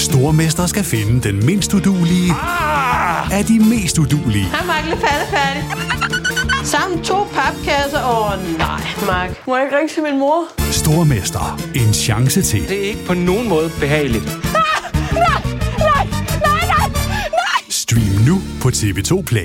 Stormester skal finde den mindst uduelige af de mest uduelige. Hej, Mark. Lidt færdig. Sammen 2 papkasser. Nej, Mark. Må jeg ikke ringe til min mor? Stormester. En chance til. Det er ikke på nogen måde behageligt. Nej. Stream nu på TV2 Play.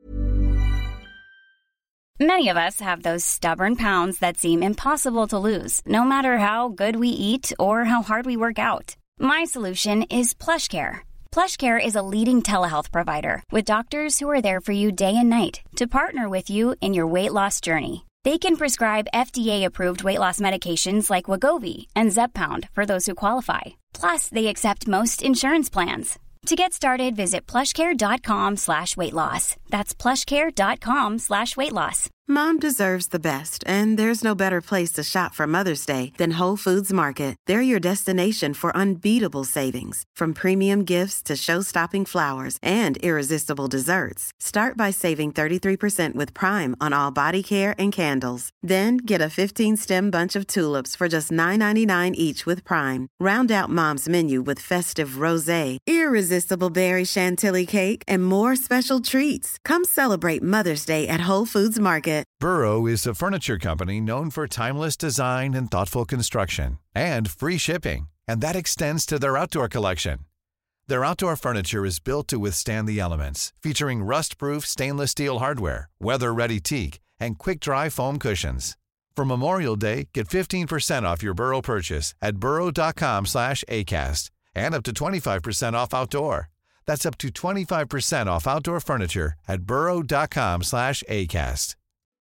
Many of us have those stubborn pounds that seem impossible to lose, no matter how good we eat or how hard we work out. My solution is PlushCare. PlushCare is a leading telehealth provider with doctors who are there for you day and night to partner with you in your weight loss journey. They can prescribe FDA-approved weight loss medications like Wegovy and Zepbound for those who qualify. Plus, they accept most insurance plans. To get started, visit plushcare.com/weightloss. That's plushcare.com/weightloss. Mom deserves the best, and there's no better place to shop for Mother's Day than Whole Foods Market. They're your destination for unbeatable savings, from premium gifts to show-stopping flowers and irresistible desserts. Start by saving 33% with Prime on all body care and candles. Then get a 15-stem bunch of tulips for just $9.99 each with Prime. Round out Mom's menu with festive rosé, irresistible berry chantilly cake, and more special treats. Come celebrate Mother's Day at Whole Foods Market. Burrow is a furniture company known for timeless design and thoughtful construction, and free shipping, and that extends to their outdoor collection. Their outdoor furniture is built to withstand the elements, featuring rust-proof stainless steel hardware, weather-ready teak, and quick-dry foam cushions. For Memorial Day, get 15% off your Burrow purchase at burrow.com/acast, and up to 25% off outdoor. That's up to 25% off outdoor furniture at burrow.com/acast.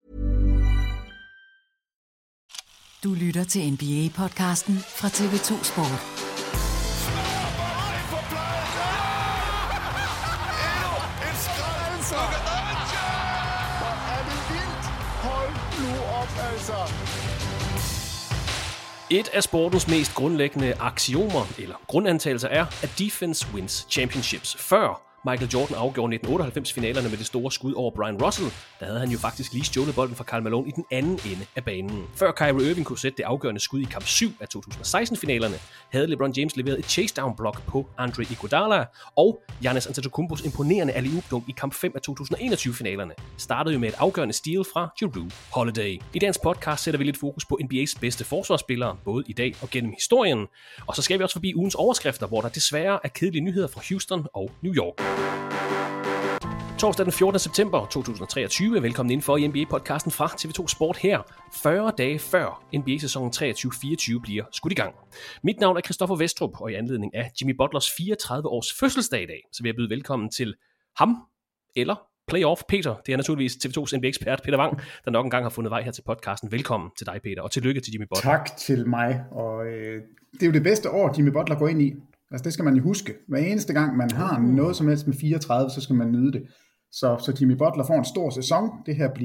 Du lytter til NBA-podcasten fra TV2 Sport. Et af sportens mest grundlæggende aksiomer, eller grundantagelser, er, at defense wins championships. Før Michael Jordan afgjorde 1998-finalerne med det store skud over Brian Russell, der havde han jo faktisk lige stjålet bolden fra Karl Malone i den anden ende af banen. Før Kyrie Irving kunne sætte det afgørende skud i kamp 7 af 2016-finalerne, havde LeBron James leveret et chase-down-block på Andre Iguodala, og Giannis Antetokounmpos imponerende alley-oop-dunk i kamp 5 af 2021-finalerne startede jo med et afgørende steal fra Jrue Holiday. I dagens podcast sætter vi lidt fokus på NBA's bedste forsvarsspillere, både i dag og gennem historien, og så skal vi også forbi ugens overskrifter, hvor der desværre er kedelige nyheder fra Houston og New York. Torsdag den 14. september 2023. Velkommen indenfor i NBA-podcasten fra TV2 Sport her, 40 dage før NBA-sæsonen 23-24 bliver skudt i gang. Mit navn er Christoffer Vestrup, og i anledning af Jimmy Butlers 34-års fødselsdag i dag, så vil jeg byde velkommen til ham, eller Playoff Peter. Det er naturligvis TV2's NBA-ekspert Peter Wang, der nok engang har fundet vej her til podcasten. Velkommen til dig, Peter, og tillykke til Jimmy Butler. Tak til mig, og det er jo det bedste år, Jimmy Butler går ind i. Altså det skal man jo huske. Hver eneste gang man har noget som helst med 34, så skal man nyde det. Så Jimmy Butler får en stor sæson. Det her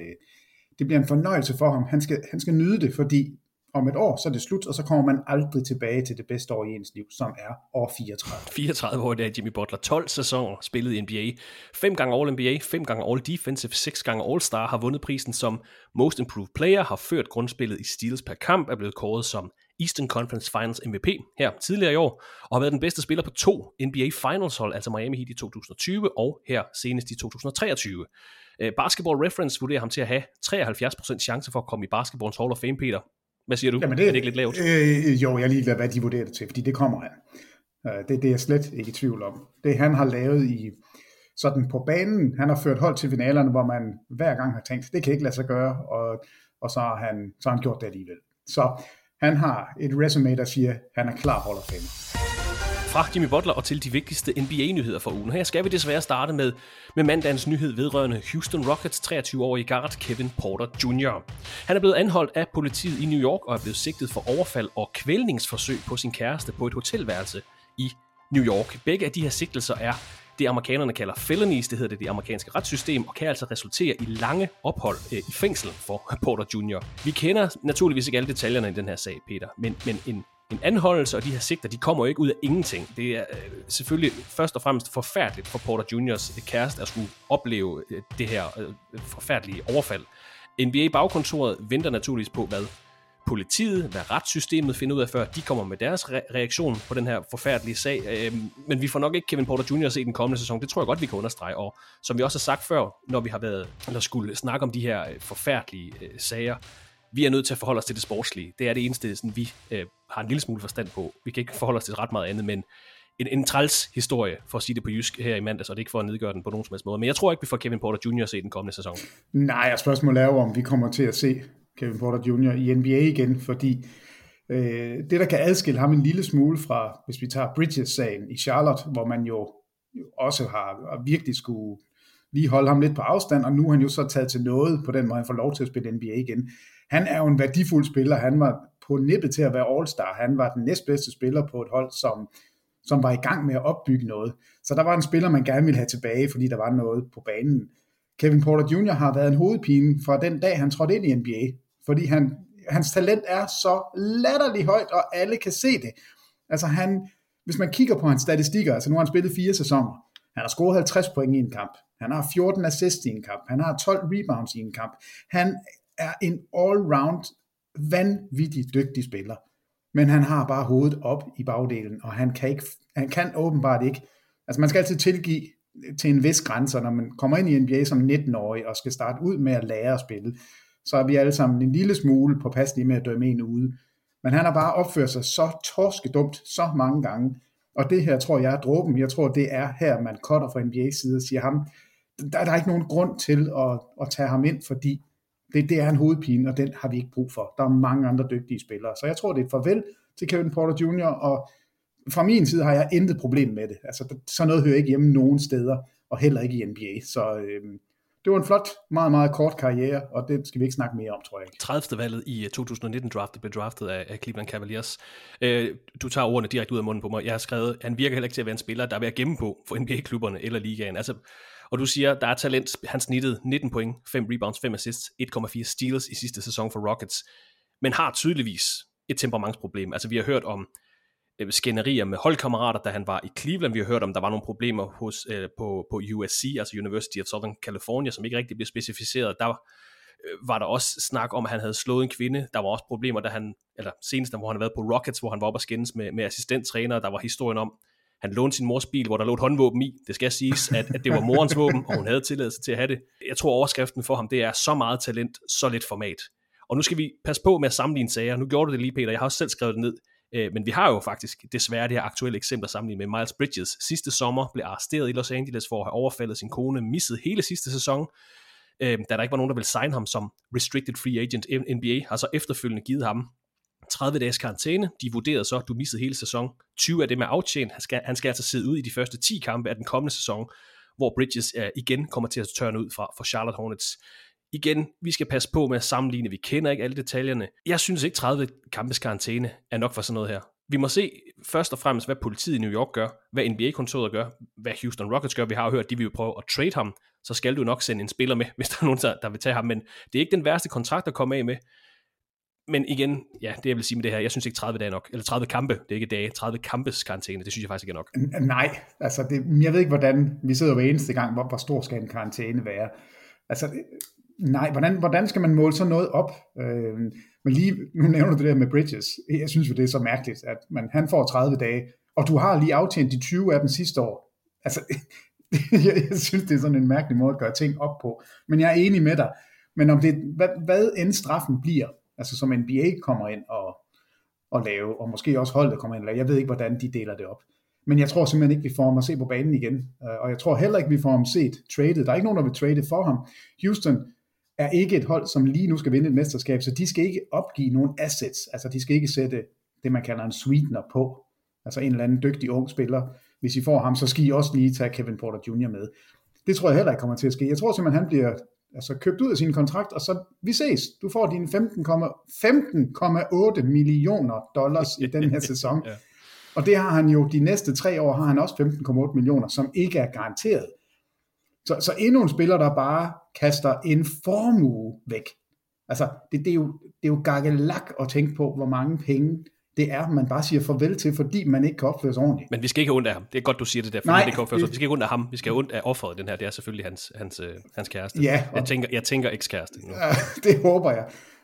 bliver en fornøjelse for ham. Han skal nyde det, fordi om et år, så er det slut, og så kommer man aldrig tilbage til det bedste år i ens liv, som er år 34. 34 år, det er Jimmy Butler. 12 sæsoner spillet i NBA. 5 gange All-NBA, 5 gange All-Defensive, 6 gange All-Star, har vundet prisen som Most Improved Player, har ført grundspillet i steals per kamp, er blevet kåret som Eastern Conference Finals MVP her tidligere i år, og har været den bedste spiller på 2 NBA Finals hold, altså Miami Heat i 2020 og her senest i 2023. Basketball Reference vurderer ham til at have 73% chance for at komme i Basketballens Hall of Fame, Peter. Hvad siger du? Jamen er det ikke lidt lavt? Jo, jeg er ligeglad, hvad de vurderer det til, fordi det kommer han. Det er jeg slet ikke i tvivl om. Det han har lavet i sådan på banen, han har ført hold til finalerne, hvor man hver gang har tænkt, det kan ikke lade sig gøre, og så har han gjort det alligevel. Så han har et resume, der siger, at han er klar Hall of Fame. Fra Jimmy Butler og til de vigtigste NBA-nyheder for ugen. Her skal vi desværre starte med mandagens nyhed vedrørende Houston Rockets 23-årige guard Kevin Porter Jr. Han er blevet anholdt af politiet i New York og er blevet sigtet for overfald og kvælningsforsøg på sin kæreste på et hotelværelse i New York. Begge af de her sigtelser er det amerikanerne kalder felonies, det hedder det amerikanske retssystem, og kan altså resultere i lange ophold i fængsel for Porter Jr. Vi kender naturligvis ikke alle detaljerne i den her sag, Peter, men en anholdelse og de her sigter, de kommer jo ikke ud af ingenting. Det er selvfølgelig først og fremmest forfærdeligt for Porter Jr.'s kæreste at skulle opleve det her forfærdelige overfald. NBA-bagkontoret venter naturligvis på, hvad politiet, hvad retssystemet finder ud af, før de kommer med deres reaktion på den her forfærdelige sag. Men vi får nok ikke Kevin Porter Jr. at se den kommende sæson. Det tror jeg godt, vi kan understrege. Og som vi også har sagt før, når vi har været, eller skulle snakke om de her forfærdelige sager, vi er nødt til at forholde os til det sportslige. Det er det eneste, sådan, vi har en lille smule forstand på. Vi kan ikke forholde os til ret meget andet, men en træls historie, for at sige det på jysk her i mandags, og det er ikke for at nedgøre den på nogen som helst måde. Men jeg tror ikke, vi får Kevin Porter Jr. at se den kommende sæson. Nej, og spørgsmålet er jo, om vi kommer til at se Kevin Porter Jr. i NBA igen, fordi det, der kan adskille ham en lille smule fra, hvis vi tager Bridges-sagen i Charlotte, hvor man jo også har virkelig skulle lige holde ham lidt på afstand, og nu er han jo så taget til noget på den måde, han får lov til at spille NBA igen. Han er jo en værdifuld spiller, han var på nippet til at være All-Star, han var den næstbedste spiller på et hold, som var i gang med at opbygge noget. Så der var en spiller, man gerne ville have tilbage, fordi der var noget på banen. Kevin Porter Jr. har været en hovedpine fra den dag, han trådte ind i NBA, fordi hans talent er så latterligt højt, og alle kan se det. Altså hvis man kigger på hans statistikker, altså nu har han spillet 4 sæsoner, han har scoret 50 point i en kamp, han har 14 assists i en kamp, han har 12 rebounds i en kamp, han er en all-round, vanvittig dygtig spiller, men han har bare hovedet op i bagdelen, og han kan åbenbart ikke, altså man skal altid tilgive til en vis grænse, når man kommer ind i NBA som 19-årig, og skal starte ud med at lære at spille, så er vi alle sammen en lille smule påpasselige med at dømme en ude. Men han har bare opført sig så torskedumt så mange gange, og det her tror jeg er dråben. Jeg tror, det er her, man cutter fra NBA's side og siger ham, der er ikke nogen grund til at tage ham ind, fordi det er en hovedpine, og den har vi ikke brug for. Der er mange andre dygtige spillere. Så jeg tror, det er et farvel til Kevin Porter Jr., og fra min side har jeg intet problem med det. Altså, sådan noget hører ikke hjemme nogen steder, og heller ikke i NBA. Så det var en flot, meget, meget kort karriere, og det skal vi ikke snakke mere om, tror jeg ikke. 30. valget i 2019 blev draftet af Cleveland Cavaliers. Du tager ordene direkte ud af munden på mig. Jeg har skrevet, han virker heller ikke til at være en spiller, der er ved at gemme på for NBA-klubberne eller ligaen. Altså, og du siger, der er talent. Han snittede 19 point, 5 rebounds, 5 assists, 1,4 steals i sidste sæson for Rockets, men har tydeligvis et temperamentsproblem. Altså, vi har hørt om skænderier med holdkammerater, da han var i Cleveland. Vi har hørt om, der var nogle problemer på USC, altså University of Southern California, som ikke rigtig blev specificeret. Der var der også snak om, at han havde slået en kvinde. Der var også problemer, senest hvor han havde været på Rockets, hvor han var oppe og skændes med assistenttræner. Der var historien om, han lånte sin mors bil, hvor der lå et håndvåben i. Det skal siges, at det var morens våben, og hun havde tilladelse til at have det. Jeg tror, overskriften for ham, det er så meget talent, så lidt format. Og nu skal vi passe på med at sammenligne sager. Nu gjorde du det lige, Peter. Jeg har også selv skrevet det ned. Men vi har jo faktisk desværre det her aktuelle eksempel sammenlignet med Miles Bridges. Sidste sommer blev arresteret i Los Angeles for at have overfaldet sin kone, missede hele sidste sæson, da der ikke var nogen, der ville signe ham som restricted free agent. NBA har så efterfølgende givet ham 30 dages karantæne. De vurderede så, at du missede hele sæson. 20 af dem er aftjent. Han skal altså sidde ud i de første 10 kampe af den kommende sæson, hvor Bridges igen kommer til at tørne ud for Charlotte Hornets. Igen, vi skal passe på med at sammenligne. Vi kender ikke alle detaljerne. Jeg synes ikke 30 kampes karantæne er nok for sådan noget her. Vi må se først og fremmest, hvad politiet i New York gør, hvad NBA-kontoret gør, hvad Houston Rockets gør. Vi har jo hørt, at de vil jo prøve at trade ham. Så skal du nok sende en spiller med, hvis der er nogen, der vil tage ham. Men det er ikke den værste kontrakt at komme af med. Men igen, ja, det jeg vil sige med det her, jeg synes ikke 30 dage nok, eller 30 kampe, det er ikke dage, 30 kampes karantæne, det synes jeg faktisk ikke er nok. Nej, altså jeg ved ikke, hvordan, vi sidder hver eneste gang, hvor stor skal en karantæne være. Altså, nej, hvordan skal man måle sådan noget op? Men lige, nu nævner du det der med Bridges, jeg synes jo, det er så mærkeligt, at han får 30 dage, og du har lige aftjent de 20 af dem sidste år. Altså, jeg synes, det er sådan en mærkelig måde at gøre ting op på. Men jeg er enig med dig. Men om det, hvad end straffen bliver, altså som NBA kommer ind og lave, og måske også holdet kommer ind og lave, jeg ved ikke, hvordan de deler det op. Men jeg tror simpelthen ikke, vi får ham at se på banen igen. Og jeg tror heller ikke, vi får ham set traded. Der er ikke nogen, der vil trade for ham. Houston er ikke et hold, som lige nu skal vinde et mesterskab, så de skal ikke opgive nogen assets. Altså de skal ikke sætte det, man kalder en sweetener på. Altså en eller anden dygtig ung spiller. Hvis I får ham, så skal I også lige tage Kevin Porter Jr. med. Det tror jeg heller ikke kommer til at ske. Jeg tror simpelthen, han bliver købt ud af sin kontrakt, og så vi ses. Du får dine $15,8 millioner i den her sæson. Ja. Og det har han jo, de næste 3 år har han også 15,8 millioner, som ikke er garanteret. Så endnu en spiller, der bare kaster en formue væk. Altså, det er jo gakkelak at tænke på, hvor mange penge det er, man bare siger farvel til, fordi man ikke kan opføre sig ordentligt. Men vi skal ikke have ondt af ham. Det er godt, du siger det der, fordi man ikke kan opføre sig. Vi skal ikke have ondt af ham. Vi skal have ondt af offeret, den her. Det er selvfølgelig hans kæreste. Ja, jeg tænker ekskæreste. Det håber jeg.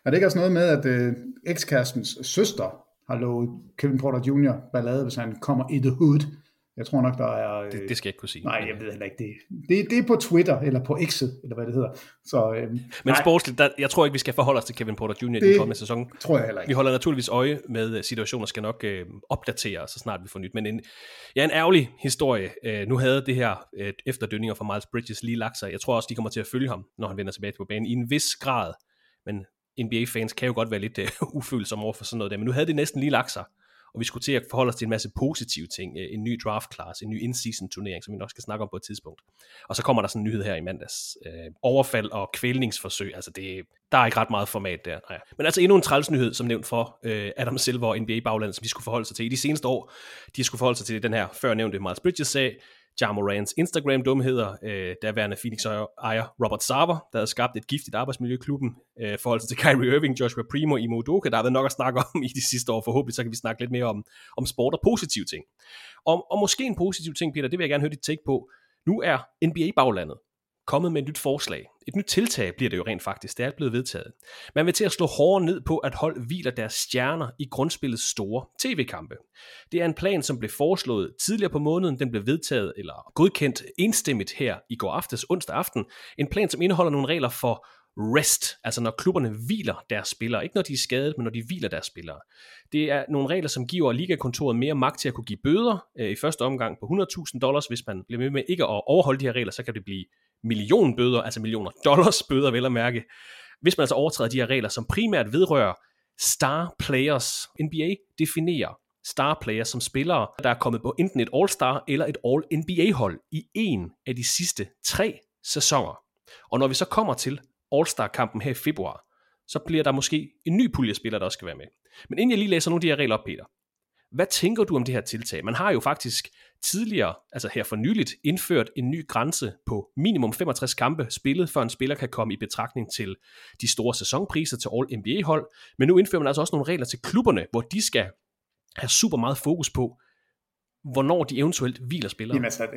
Er det ikke også noget med, at ekskærestens søster har lovet Kevin Porter Jr. ballade, hvis han kommer i the hood? Jeg tror nok, der er... Det skal jeg ikke kunne sige. Nej, jeg ved heller ikke det. Det er på Twitter, eller på X'et, eller hvad det hedder. Så, men sportsligt, jeg tror ikke, vi skal forholde os til Kevin Porter Jr. i den kommende sæson. Tror jeg heller ikke. Vi holder naturligvis øje med situationer, skal nok opdatere, så snart vi får nyt. Men en ærgerlig historie. Nu havde det her efterdønninger fra Miles Bridges lige lagt sig. Jeg tror også, de kommer til at følge ham, når han vender tilbage på banen, i en vis grad. Men NBA-fans kan jo godt være lidt ufølsomme over for sådan noget der. Men nu havde det næsten lige lagt sig. Og vi skulle til at forholde os til en masse positive ting. En ny draft class, en ny in-season turnering, som vi nok skal snakke om på et tidspunkt. Og så kommer der sådan en nyhed her i mandags. Overfald og kvælningsforsøg. Altså der er ikke ret meget format der. Nej. Men altså endnu en træls nyhed, som nævnt for Adam Silver og NBA-baglandet, som de skulle forholde sig til. I de seneste år, de skulle forholde sig til den her førnævnte Miles Bridges-sag, Ja Morants Instagram-dumheder, derværende Phoenix-ejer Robert Sarver, der havde skabt et giftigt arbejdsmiljø i klubben, forhold til Kyrie Irving, Joshua Primo, Ime Udoka, der har været nok at snakke om i de sidste år. Forhåbentlig så kan vi snakke lidt mere om sport og positive ting. Og måske en positiv ting, Peter, det vil jeg gerne høre dit take på. Nu er NBA-baglandet kommet med et nyt forslag. Et nyt tiltag bliver det jo rent faktisk. Det er blevet vedtaget. Man vil til at slå hårdere ned på, at hold hviler deres stjerner i grundspillets store tv-kampe. Det er en plan, som blev foreslået tidligere på måneden. Den blev vedtaget eller godkendt enstemmigt her i går aftes, onsdag aften. En plan, som indeholder nogle regler for rest, altså når klubberne hviler deres spillere. Ikke når de er skadet, men når de hviler deres spillere. Det er nogle regler, som giver ligakontoret mere magt til at kunne give bøder i første omgang på $100,000. Hvis man bliver med ikke at overholde de her regler, så kan det blive millionbøder, altså millioner dollars bøder vel at mærke, hvis man altså overtræder de her regler, som primært vedrører star players. NBA definerer star players som spillere, der er kommet på enten et All-Star eller et All-NBA-hold i en af de sidste 3 sæsoner. Og når vi så kommer til All-Star-kampen her i februar, så bliver der måske en ny pulje spillere, der også skal være med. Men inden jeg lige læser nogle af de her regler op, Peter, hvad tænker du om det her tiltag? Man har jo faktisk tidligere, altså her for nyligt, indført en ny grænse på minimum 65 kampe spillet, før en spiller kan komme i betragtning til de store sæsonpriser til All-NBA-hold. Men nu indfører man altså også nogle regler til klubberne, hvor de skal have super meget fokus på, hvornår de eventuelt hviler spillere. Jamen altså,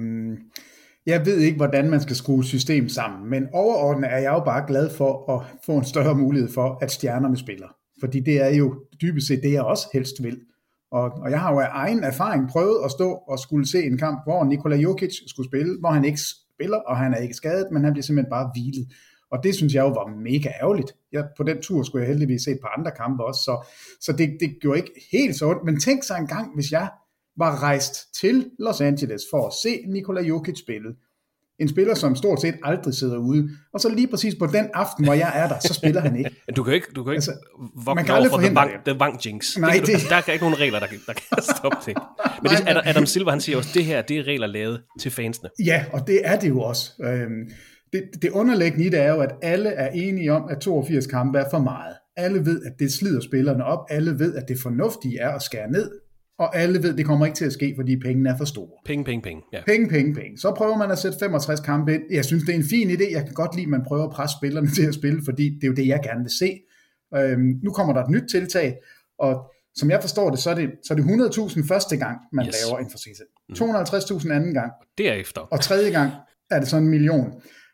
jeg ved ikke, hvordan man skal skrue system sammen, men overordnet er jeg jo bare glad for at få en større mulighed for, at stjernerne spiller. Fordi det er jo dybest set det, jeg også helst vil. Og jeg har jo af egen erfaring prøvet at stå og skulle se en kamp, hvor Nikola Jokic skulle spille, hvor han ikke spiller, og han er ikke skadet, men han bliver simpelthen bare hvilet. Og det synes jeg jo var mega ærgerligt. På den tur skulle jeg heldigvis se et par andre kampe også, så det gjorde ikke helt så ondt. Men tænk sig en gang, hvis jeg var rejst til Los Angeles for at se Nikola Jokic spille. En spiller, som stort set aldrig sidder ude. Og så lige præcis på den aften, hvor jeg er der, så spiller han ikke. Du kan ikke altså, vogte over for the bank jinx. Nej, der er ikke nogen regler, der kan stoppe det. Men det, Adam Silver, han siger også, det her, det er regler lavet til fansene. Ja, og det er det jo også. Det underliggende i det er jo, at alle er enige om, at 82 kampe er for meget. Alle ved, at det slider spillerne op. Alle ved, at det fornuftige er at skære ned. Og alle ved, at det kommer ikke til at ske, fordi pengene er for store. Penge. Ja. Penge. Så prøver man at sætte 65 kampe ind. Jeg synes, det er en fin idé. Jeg kan godt lide, at man prøver at presse spillerne til at spille, fordi det er jo det, jeg gerne vil se. Nu kommer der et nyt tiltag, og som jeg forstår det, så er det 100.000 første gang, man laver en forseelse. 250.000 anden gang. Derefter. Og tredje gang er det så 1 million.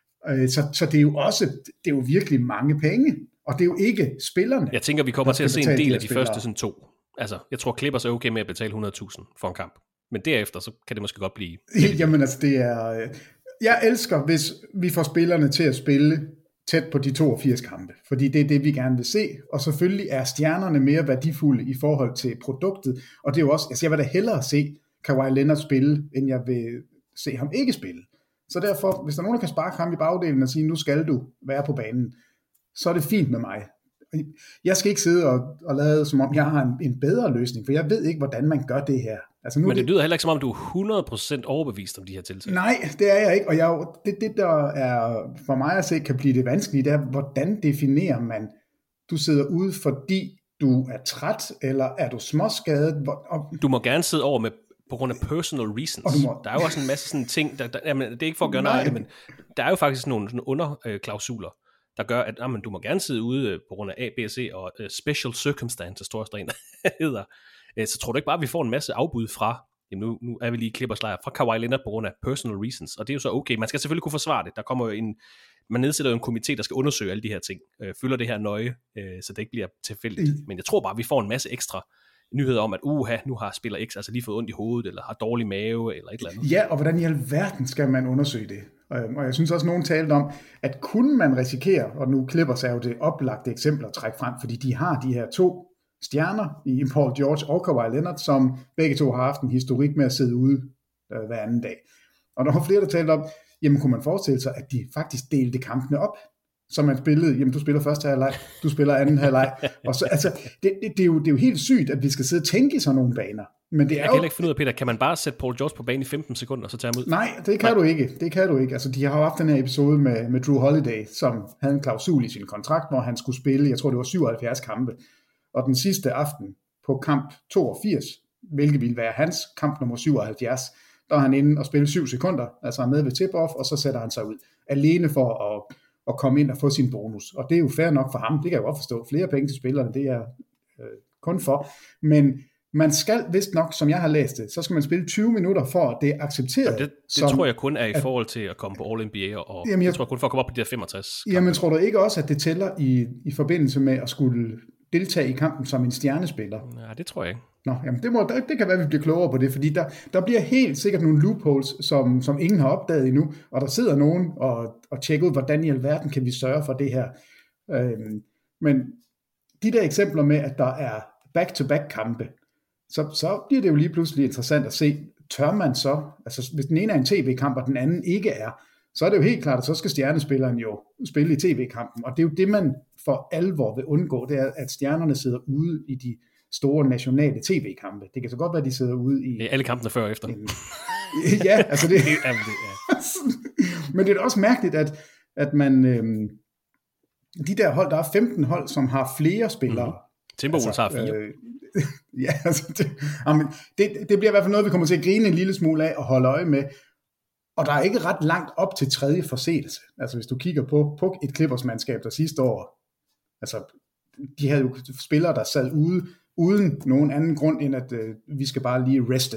Så det er jo også, det er jo virkelig mange penge, og det er jo ikke spillerne. Jeg tænker, vi kommer til at se en del af de første sådan 2. Altså, jeg tror, Clippers er okay med at betale 100.000 for en kamp. Men derefter, så kan det måske godt blive... Jamen altså, det er... Jeg elsker, hvis vi får spillerne til at spille tæt på de 82 kampe. Fordi det er det, vi gerne vil se. Og selvfølgelig er stjernerne mere værdifulde i forhold til produktet. Og det er jo også... Altså, jeg vil da hellere se Kawhi Leonard spille, end jeg vil se ham ikke spille. Så derfor, hvis der er nogen, der kan sparke ham i bagdelen og sige, nu skal du være på banen, så er det fint med mig. Jeg skal ikke sidde og lade, som om jeg har en bedre løsning, for jeg ved ikke, hvordan man gør det her. Altså nu men det lyder heller ikke, som om du er 100% overbevist om de her tiltag. Nej, det er jeg ikke, og det der er for mig at se, kan blive det vanskelige, det er, hvordan definerer man, du sidder ude, fordi du er træt, eller er du småskadet? Du må gerne sidde over med på grund af personal reasons. Der er jo også en masse sådan ting, jamen, det er ikke for at gøre noget af det, men der er jo faktisk nogle underklausuler, der gør, at du må gerne sidde ude på grund af A, B og C, og special circumstances, tror jeg, hedder. Så tror du ikke bare, at vi får en masse afbud fra jamen nu er vi lige i Clippers lejr fra Kawhi Leonard på grund af personal reasons, og det er jo så okay. Man skal selvfølgelig kunne forsvare det. Der kommer jo man nedsætter jo en komité, der skal undersøge alle de her ting, følger det her nøje, så det ikke bliver tilfældigt. Men jeg tror bare, vi får en masse ekstra nyheder om, at nu har spiller X altså lige fået ondt i hovedet, eller har dårlig mave, eller et eller andet. Ja, og hvordan i alverden skal man undersøge det? Og jeg synes også, nogen talte om, at kunne man risikere, og nu Clippers er jo det oplagte eksempel at trække frem, fordi de har de her 2 stjerner i Paul George og Kawhi Leonard, som begge to har haft en historik med at sidde ude hver anden dag. Og der var flere, der talte om, jamen kunne man forestille sig, at de faktisk delte kampene op, så man spillede, jamen du spiller første halvleg, du spiller anden halvleg, og så, altså, det er jo helt sygt, at vi skal sidde og tænke i sådan nogle baner. Men det er jeg kan ikke finde ud af, Peter, kan man bare sætte Paul George på banen i 15 sekunder, og så tage ham ud? Nej, det kan du ikke. Altså, de har jo haft den her episode med Drew Holiday, som havde en klausul i sin kontrakt, hvor han skulle spille, jeg tror det var 77 kampe, og den sidste aften på kamp 82, hvilket ville være hans kamp nummer 77, der er han inde og spille 7 sekunder, altså med ved tip-off, og så sætter han sig ud, alene for at komme ind og få sin bonus. Og det er jo fair nok for ham, det kan jeg jo godt forstå. Flere penge til spillerne, det er kun for. Men man skal vist nok, som jeg har læst det, så skal man spille 20 minutter for, at det er accepteret. Det tror jeg kun er i forhold til at komme på All-NBA, og jamen, jeg tror kun for at komme op på de der 65. Jamen tror du ikke også, at det tæller i forbindelse med at skulle deltage i kampen som en stjernespiller? Nej, det tror jeg ikke. Nå, jamen det kan være, at vi bliver klogere på det, fordi der bliver helt sikkert nogle loopholes, som ingen har opdaget endnu, og der sidder nogen og tjekker ud, hvordan i alverden kan vi sørge for det her. Men de der eksempler med, at der er back-to-back kampe, så bliver det jo lige pludselig interessant at se, tør man så, altså hvis den ene er en tv-kamp, og den anden ikke er, så er det jo helt klart, at så skal stjernespilleren jo spille i tv-kampen, og det er jo det, man for alvor vil undgå, det er, at stjernerne sidder ude i de store nationale tv-kampe. Det kan så godt være, at de sidder ude i... alle kampene før og efter. Ja, altså det... Men det er også mærkeligt, at man... de der hold, der er 15 hold, som har flere spillere. Timberwolves har 4. Ja, altså det bliver i hvert fald noget, vi kommer til at grine en lille smule af og holde øje med. Og der er ikke ret langt op til tredje forseelse. Altså hvis du kigger på et Clippers-mandskab, der sidste år, altså de havde jo spillere, der sad ude, uden nogen anden grund, end at vi skal bare lige reste.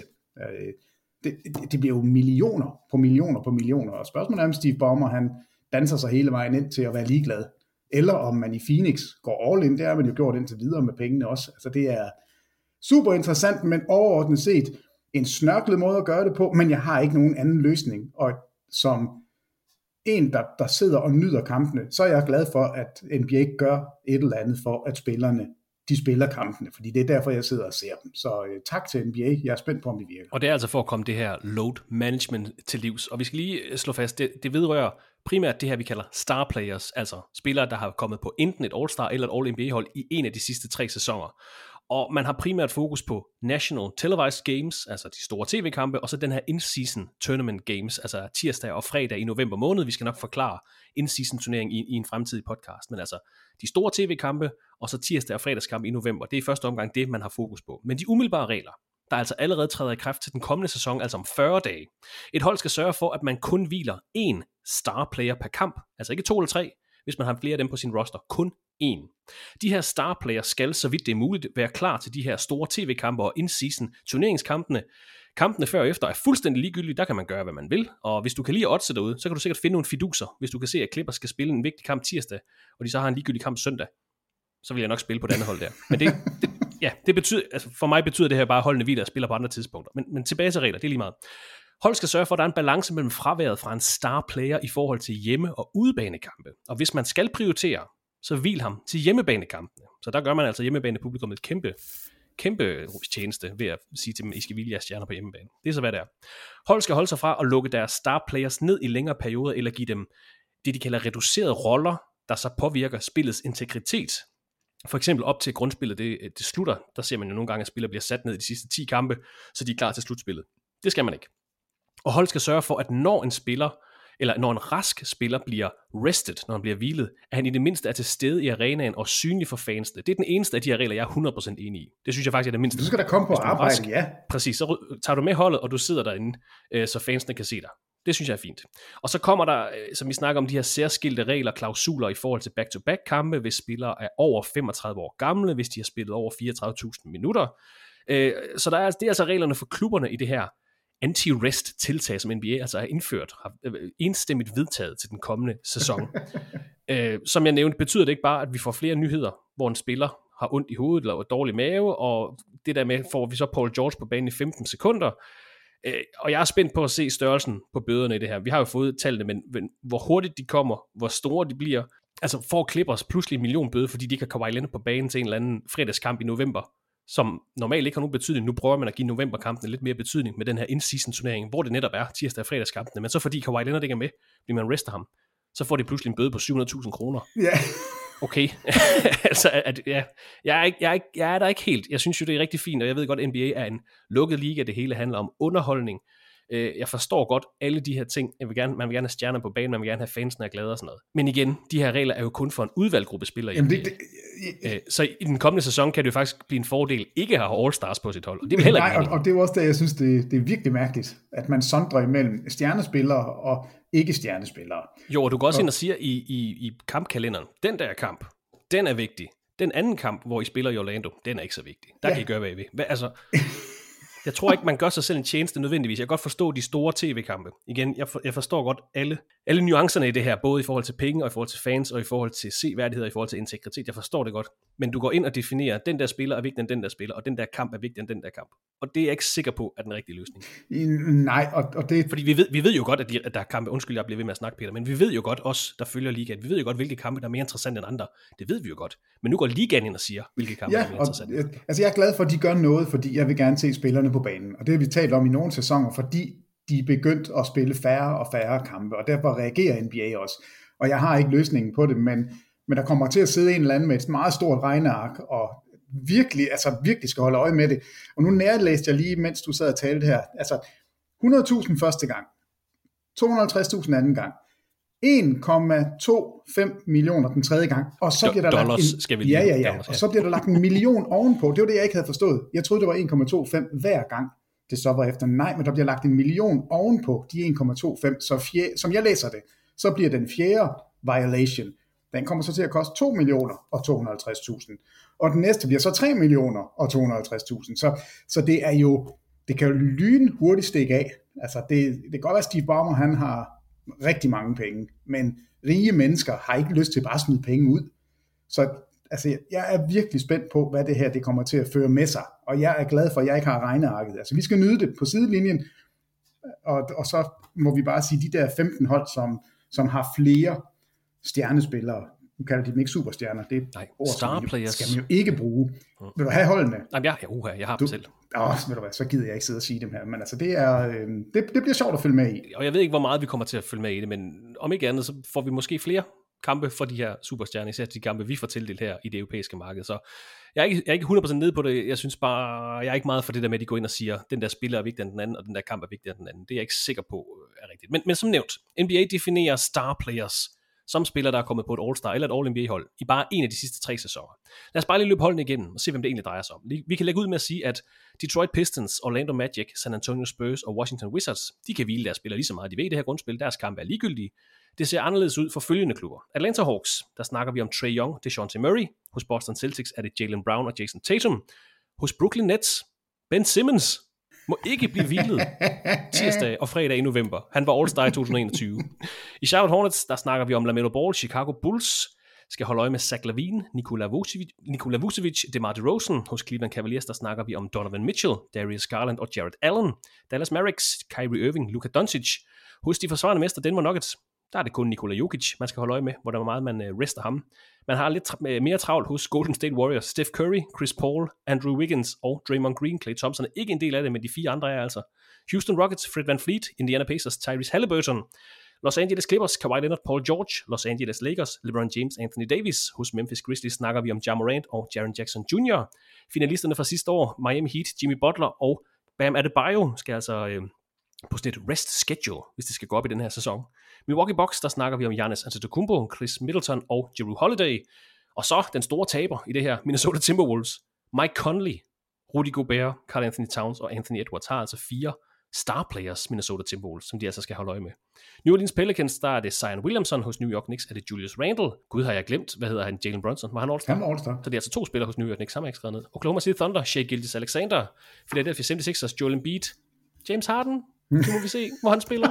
Det bliver jo millioner på millioner på millioner. Og spørgsmålet er, om Steve Ballmer, han danser sig hele vejen ind til at være ligeglad. Eller om man i Phoenix går all in, det har man jo gjort indtil videre med pengene også. Altså det er super interessant, men overordnet set en snørklet måde at gøre det på, men jeg har ikke nogen anden løsning. Og som en, der sidder og nyder kampene, så er jeg glad for, at NBA gør et eller andet for, at spillerne de spiller kampene, fordi det er derfor, jeg sidder og ser dem. Så tak til NBA, jeg er spændt på, om det virker. Og det er altså for at komme det her load management til livs. Og vi skal lige slå fast, det vedrører primært det her, vi kalder star players, altså spillere, der har kommet på enten et All-Star eller et All-NBA-hold i en af de sidste 3 sæsoner. Og man har primært fokus på National Televised Games, altså de store tv-kampe, og så den her in-season tournament games, altså tirsdag og fredag i november måned. Vi skal nok forklare in-season turnering i en fremtidig podcast, men altså de store tv-kampe, og så tirsdag og fredagskampe i november, det er i første omgang det, man har fokus på. Men de umiddelbare regler, der altså allerede træder i kraft til den kommende sæson, altså om 40 dage. Et hold skal sørge for, at man kun hviler 1 star player per kamp, altså ikke 2 eller 3, hvis man har flere af dem på sin roster, kun 1. De her star players skal, så vidt det er muligt, være klar til de her store tv-kampe og in-season turneringskampene. Kampene før og efter er fuldstændig ligegyldige, der kan man gøre, hvad man vil. Og hvis du kan lide at oddse derude, så kan du sikkert finde nogle fiduser. Hvis du kan se, at Clippers skal spille en vigtig kamp tirsdag, og de så har en ligegyldig kamp søndag, så vil jeg nok spille på det andet hold der. Men det betyder, altså for mig betyder det her bare, at holdene hviler og spiller på andre tidspunkter. Men tilbage til regler, det er lige meget. Hold skal sørge for, at der er en balance mellem fraværet fra en star player i forhold til hjemme- og udebanekampe. Og hvis man skal prioritere, så hvil ham til hjemmebanekampene. Så der gør man altså hjemmebanepublikum et kæmpe tjeneste ved at sige til dem, I skal hvile jeres stjerner på hjemmebane. Det er så, hvad det er. Hold skal holde sig fra at lukke deres star players ned i længere perioder, eller give dem det, de kalder reducerede roller, der så påvirker spillets integritet. For eksempel op til grundspillet, det slutter, der ser man jo nogle gange, at spillere bliver sat ned i de sidste 10 kampe, så de er klar til slutspillet. Det skal man ikke. Og hold skal sørge for, at når en rask spiller bliver rested, når han bliver hvilet, at han i det mindste er til stede i arenaen og synlig for fansene. Det er den eneste af de her regler, jeg er 100% enig i. Det synes jeg faktisk er det mindste. Du skal da komme på arbejde, rask, ja. Præcis, så tager du med holdet, og du sidder derinde, så fansene kan se dig. Det synes jeg er fint. Og så kommer der, som vi snakker om, de her særskilte regler, klausuler i forhold til back-to-back kampe, hvis spillere er over 35 år gamle, hvis de har spillet over 34.000 minutter. Så det er altså reglerne for klubberne i det her anti-rest-tiltag, som NBA altså har indført, har enstemmigt vedtaget til den kommende sæson. Som jeg nævnte, betyder det ikke bare, at vi får flere nyheder, hvor en spiller har ondt i hovedet eller dårlig mave, og det der med, får vi så Paul George på banen i 15 sekunder, og jeg er spændt på at se størrelsen på bøderne i det her. Vi har jo fået tallene, men hvor hurtigt de kommer, hvor store de bliver. Altså får Clippers pludselig 1 million bøde, fordi de ikke har Kawhi Leonard på banen til en eller anden fredagskamp i november, som normalt ikke har nogen betydning. Nu prøver man at give novemberkampene lidt mere betydning med den her in-season turnering, hvor det netop er tirsdag og fredagskampene, men så fordi Kawhi Leonard ikke er med, fordi man rester ham, så får de pludselig en bøde på 700.000 kroner. Ja. Okay. Altså, jeg er der ikke helt. Jeg synes jo, det er rigtig fint, og jeg ved godt, at NBA er en lukket liga, det hele handler om underholdning. Jeg forstår godt alle de her ting. Man vil gerne have stjerner på banen, man vil gerne have fansene er glade og sådan noget. Men igen, de her regler er jo kun for en udvalgt gruppe spillere. Så i den kommende sæson kan det jo faktisk blive en fordel ikke at have All-Stars på sit hold. Og det er heller ikke og det er jo også det, jeg synes, det er virkelig mærkeligt, at man sondrer imellem stjernespillere og ikke-stjernespillere. Jo, og du går også ind og siger i kampkalenderen, den der kamp, den er vigtig. Den anden kamp, hvor I spiller i Orlando, den er ikke så vigtig. Der kan I gøre, hvad I vil. Altså... Jeg tror ikke, man gør sig selv en tjeneste nødvendigvis. Jeg kan godt forstå de store tv-kampe. Igen, jeg forstår godt alle nuancerne i det her, både i forhold til penge, og i forhold til fans, og i forhold til seværdighed, og i forhold til integritet. Jeg forstår det godt. Men du går ind og definerer, den der spiller er vigtigere end den der spiller, og den der kamp er vigtigere end den der kamp. Og det er jeg ikke sikker på, er den rigtige løsning. Nej, og det... Fordi vi ved jo godt, at der er kampe, undskyld, jeg bliver ved med at snakke, Peter, men vi ved jo godt, os der følger ligaen, vi ved jo godt, hvilke kampe, der er mere interessante end andre. Det ved vi jo godt. Men nu går ligaen ind og siger, hvilke kampe, der er mere interessante. Altså jeg er glad for, at de gør noget, fordi jeg vil gerne se spillerne på banen. Og det har vi talt om i nogle sæsoner, fordi de er begyndt at spille færre og færre kampe, og derfor reagerer NBA også. Og jeg har ikke løsningen på det, men der kommer til at sidde en eller anden med et meget stort regneark, og virkelig skal holde øje med det. Og nu nærlæste jeg lige, mens du sad og talte her, altså 100.000 første gang, 250.000 anden gang, 1,25 millioner den tredje gang, og så bliver der lagt og så bliver der lagt 1 million ovenpå. Det var det, jeg ikke havde forstået. Jeg troede, det var 1,25 hver gang, det så var efter. Nej, men der bliver lagt 1 million ovenpå de 1,25. Så som jeg læser det, så bliver den fjerde violation, den kommer så til at koste 2 millioner og 250.000. Og den næste bliver så 3 millioner og 250.000. Så det er jo, det kan jo lynhurtigt stikke af. Altså det kan godt være, at Steve Ballmer, han har rigtig mange penge, men rige mennesker har ikke lyst til bare at smide penge ud. Så altså, jeg er virkelig spændt på, hvad det her det kommer til at føre med sig, og jeg er glad for, at jeg ikke har regnearket. Altså vi skal nyde det på sidelinjen, og så må vi bare sige, de der 15 hold, som har flere stjernespillere, nu kalder de dem ikke superstjerner, det er star players skal man jo ikke bruge. Vil du have holdene? Jamen, jeg har dem selv. Ved du hvad, så gider jeg ikke sidde og sige dem her, men altså det bliver sjovt at følge med i. Og jeg ved ikke, hvor meget vi kommer til at følge med i det, men om ikke andet, så får vi måske flere kampe for de her superstjerner, især de kampe, vi får tildelt her i det europæiske marked. Så jeg er ikke 100% nede på det. Jeg synes bare, jeg er ikke meget for det der med, at de går ind og siger, den der spiller er vigtigere end den anden, og den der kamp er vigtigere end den anden. Det er jeg ikke sikker på er rigtigt. Men som nævnt, NBA definerer star players som spiller, der er kommet på et All-Star eller et All-NBA-hold i bare en af de sidste 3 sæsoner. Lad os bare lige løbe holdene igennem og se, hvem det egentlig drejer sig om. Vi kan lægge ud med at sige, at Detroit Pistons, Orlando Magic, San Antonio Spurs og Washington Wizards, de kan hvile deres spillere lige så meget. De ved, det her grundspil, deres kampe er ligegyldige. Det ser anderledes ud for følgende klubber. Atlanta Hawks, der snakker vi om Trae Young, DeJounte Murray. Hos Boston Celtics er det Jaylen Brown og Jason Tatum. Hos Brooklyn Nets, Ben Simmons må ikke blive hvilet tirsdag og fredag i november. Han var All-Star i 2021. I Charlotte Hornets, der snakker vi om LaMelo Ball. Chicago Bulls skal holde øje med Zach LaVine, Nikola Vucevic, DeMar DeRozan. Hos Cleveland Cavaliers, der snakker vi om Donovan Mitchell, Darius Garland og Jared Allen. Dallas Mavericks, Kyrie Irving, Luka Doncic. Hos de forsvarende mester Denver Nuggets, der er det kun Nikola Jokic, man skal holde øje med, hvor meget man rester ham. Man har lidt mere travlt hos Golden State Warriors, Steph Curry, Chris Paul, Andrew Wiggins og Draymond Green. Klay Thompson er ikke en del af det, men de 4 andre er altså Houston Rockets, Fred VanVleet, Indiana Pacers, Tyrese Halliburton, Los Angeles Clippers, Kawhi Leonard, Paul George, Los Angeles Lakers, LeBron James, Anthony Davis. Hos Memphis Grizzlies snakker vi om Ja Morant og Jaren Jackson Jr. Finalisterne fra sidste år, Miami Heat, Jimmy Butler og Bam Adebayo skal altså på sådan et rest schedule, hvis det skal gå op i den her sæson. Milwaukee Bucks, der snakker vi om Giannis Antetokounmpo, Chris Middleton og Jrue Holiday. Og så den store taber i det her, Minnesota Timberwolves, Mike Conley, Rudy Gobert, Karl Anthony Towns og Anthony Edwards har altså 4 star players, Minnesota Timberwolves, som de altså skal holde øje med. New Orleans Pelicans, der er det Zion Williamson. Hos New York Knicks er det Julius Randle. Gud, har jeg glemt. Hvad hedder han? Jalen Brunson. Var han All-Star? Han var All-Star. Så det er altså 2 spillere hos New York Knicks. Sammen har jeg ikke skrevet ned. Oklahoma City Thunder, Shai Gilgeous-Alexander. Philadelphia 76ers, Joel Embiid. James Harden. Nu må vi se, hvor han spiller.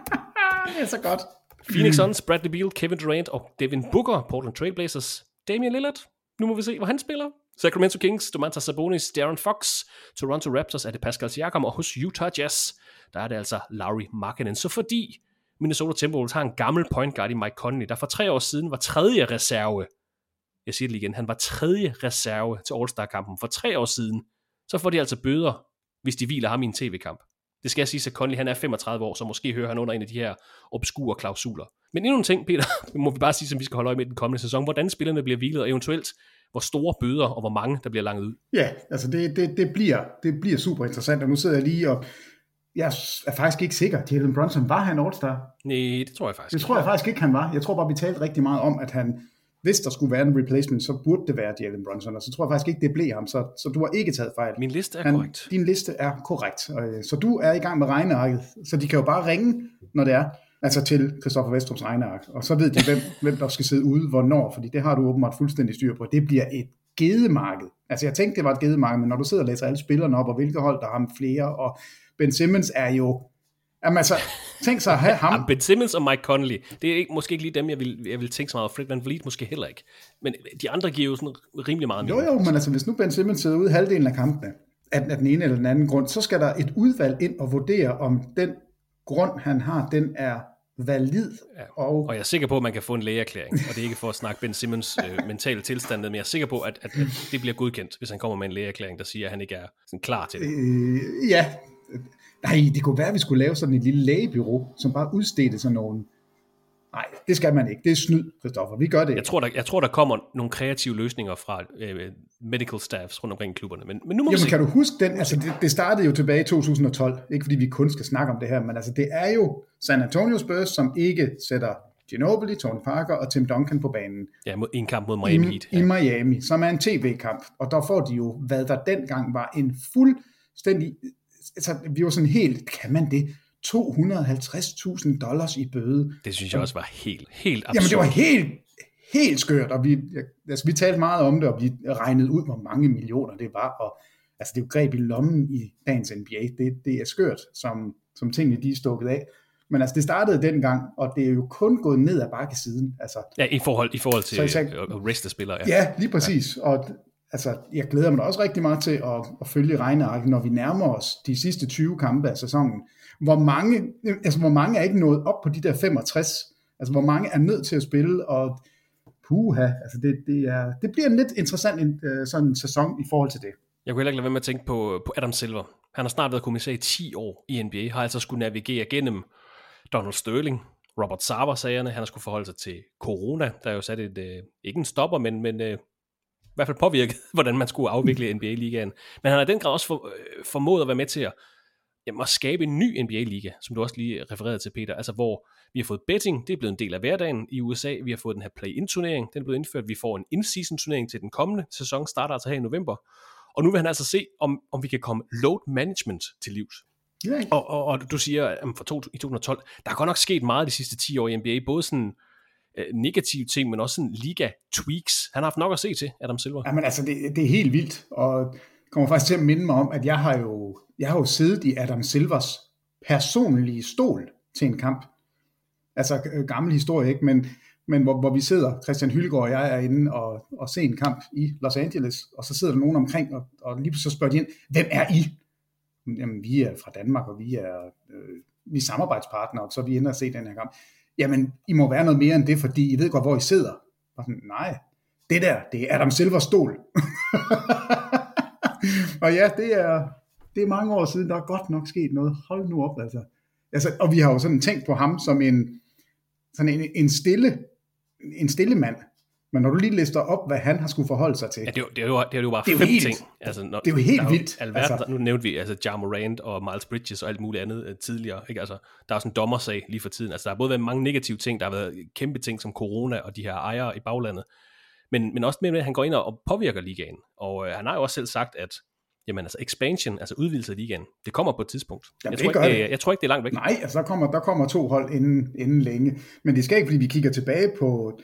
Det er så godt. Phoenix Suns, Bradley Beal, Kevin Durant og Devin Booker. Portland Trail Blazers, Damian Lillard. Nu må vi se, hvor han spiller. Sacramento Kings, Domantas Sabonis, Darren Fox. Toronto Raptors er det Pascal Siakam, og hos Utah Jazz, der er det altså Lauri Markkanen. Så fordi Minnesota Timberwolves har en gammel point guard i Mike Conley, der for 3 år siden var 3. reserve. Jeg siger det lige igen, han var 3. reserve til All-Star-kampen for 3 år siden. Så får de altså bøder, hvis de hviler ham i en tv-kamp. Det skal jeg sige, at Conley han er 35 år, så måske hører han under en af de her obskure klausuler. Men endnu en ting, Peter, må vi bare sige, som vi skal holde øje med den kommende sæson. Hvordan spillerne bliver hvilet, og eventuelt hvor store bøder, og hvor mange der bliver langet ud. Ja, altså det bliver super interessant, og nu sidder jeg lige og jeg er faktisk ikke sikker. Jalen Brunson, var han All-Star? Nej, det tror jeg faktisk ikke. Det tror jeg faktisk ikke, han var. Jeg tror bare, vi talte rigtig meget om, at han, hvis der skulle være en replacement, så burde det være Jalen Brunson, og så tror jeg faktisk ikke, det blev ham, så du har ikke taget fejl. Min liste er korrekt. Din liste er korrekt, så du er i gang med regnearket, så de kan jo bare ringe, når det er, altså til Christoffer Westrups regneark, og så ved de, hvem der skal sidde ude, hvornår, fordi det har du åbenbart fuldstændig styr på. Det bliver et gedemarked. Altså jeg tænkte, det var et gedemarked, men når du sidder og læser alle spillerne op, og hvilke hold, der har flere, og Ben Simmons er jo... Jamen altså, tænk sig at have ham. Ben Simmons og Mike Conley, det er måske ikke lige dem, jeg vil tænke så meget. Fred VanVleet måske heller ikke. Men de andre giver jo sådan rimelig meget mere. Jo, men altså, hvis nu Ben Simmons sidder ude halvdelen af kampene, af den ene eller den anden grund, så skal der et udvalg ind og vurdere, om den grund, han har, den er valid. Ja. Og jeg er sikker på, at man kan få en lægeerklæring, og det er ikke for at snakke Ben Simmons mentale tilstand, men jeg er sikker på, at det bliver godkendt, hvis han kommer med en lægeerklæring, der siger, at han ikke er sådan klar til det. Ja. Nej, det kunne være, at vi skulle lave sådan et lille lægebyrå, som bare udstedte sådan nogen. Nej, det skal man ikke. Det er snyd, Christoffer. Vi gør det. Jeg tror, der kommer nogle kreative løsninger fra medical staffs rundt omkring klubberne. Men nu må vi se. Kan du huske den? Altså, det startede jo tilbage i 2012. Ikke fordi vi kun skal snakke om det her, men altså, det er jo San Antonio Spurs, som ikke sætter Ginobili, Tony Parker og Tim Duncan på banen. Ja, i en kamp mod Miami Heat. I Miami, som er en tv-kamp. Og der får de jo, hvad der dengang var en fuldstændig... Altså, vi var sådan helt, kan man det? $250,000 i bøde. Det synes jeg også var helt absurd. Jamen, det var helt skørt, og vi talte meget om det, og vi regnede ud, hvor mange millioner det var, og altså, det er jo greb i lommen i dagens NBA. Det er skørt, som tingene de er stukket af. Men altså, det startede dengang, og det er jo kun gået ned ad bakke siden. Altså, ja, i forhold til at reste spillere. Ja, lige præcis. Ja. Og altså, jeg glæder mig også rigtig meget til at følge regnearket, når vi nærmer os de sidste 20 kampe af sæsonen. Hvor mange er ikke nået op på de der 65? Altså, hvor mange er nødt til at spille, og altså det bliver en lidt interessant sådan en sæson i forhold til det. Jeg kunne heller ikke lade være med at tænke på Adam Silver. Han har snart været kommissær i 10 år i NBA, har altså skulle navigere gennem Donald Sterling, Robert Sarver-sagerne, han har skulle forholde sig til corona, der er jo sat ikke en stopper, men i hvert fald påvirket, hvordan man skulle afvikle NBA-ligaen. Men han har i den grad også formået at være med til at skabe en ny NBA-liga, som du også lige refererede til, Peter, altså hvor vi har fået betting, det er blevet en del af hverdagen i USA, vi har fået den her play-in-turnering, den er blevet indført, vi får en in-season-turnering til den kommende sæson, starter altså her i november, og nu vil han altså se, om vi kan komme load management til livs. Yeah. Og du siger, at i 2012, der er godt nok sket meget de sidste 10 år i NBA, både sådan negative ting, men også sådan liga-tweaks. Han har haft nok at se til, Adam Silver. Jamen altså, det er helt vildt, og kommer faktisk til at minde mig om, at jeg har jo siddet i Adam Silvers personlige stol til en kamp. Altså gammel historie, ikke? Men hvor vi sidder, Christian Hylgaard og jeg er inde og ser en kamp i Los Angeles, og så sidder der nogen omkring, og lige så spørger de ind, hvem er I? Jamen, vi er fra Danmark, og vi er samarbejdspartnere, så vi ender at se den her kamp. Jamen, I må være noget mere end det, fordi I ved godt, hvor I sidder. Og sådan, nej, det er Adam Silvers stol. Og ja, det er mange år siden, der er godt nok sket noget. Hold nu op, altså. Og vi har jo sådan tænkt på ham som en stille mand. Men når du lige lister op, hvad han har skulle forholde sig til. Ja, det er jo bare 5 ting. Altså, det er jo helt vildt. Altså, nu nævnte vi Ja Morant og Miles Bridges og alt muligt andet tidligere. Ikke? Altså, der er også en dommersag lige for tiden. Altså, der har både været mange negative ting, der har været kæmpe ting som corona og de her ejere i baglandet. Men også med, at han går ind og påvirker ligaen. Og han har jo også selv sagt, at jamen altså expansion, altså udvidelse af ligaen, det kommer på et tidspunkt. Jamen, Jeg tror ikke, det er langt væk. Nej, altså der kommer 2 hold inden længe. Men det skal ikke, fordi vi kigger tilbage på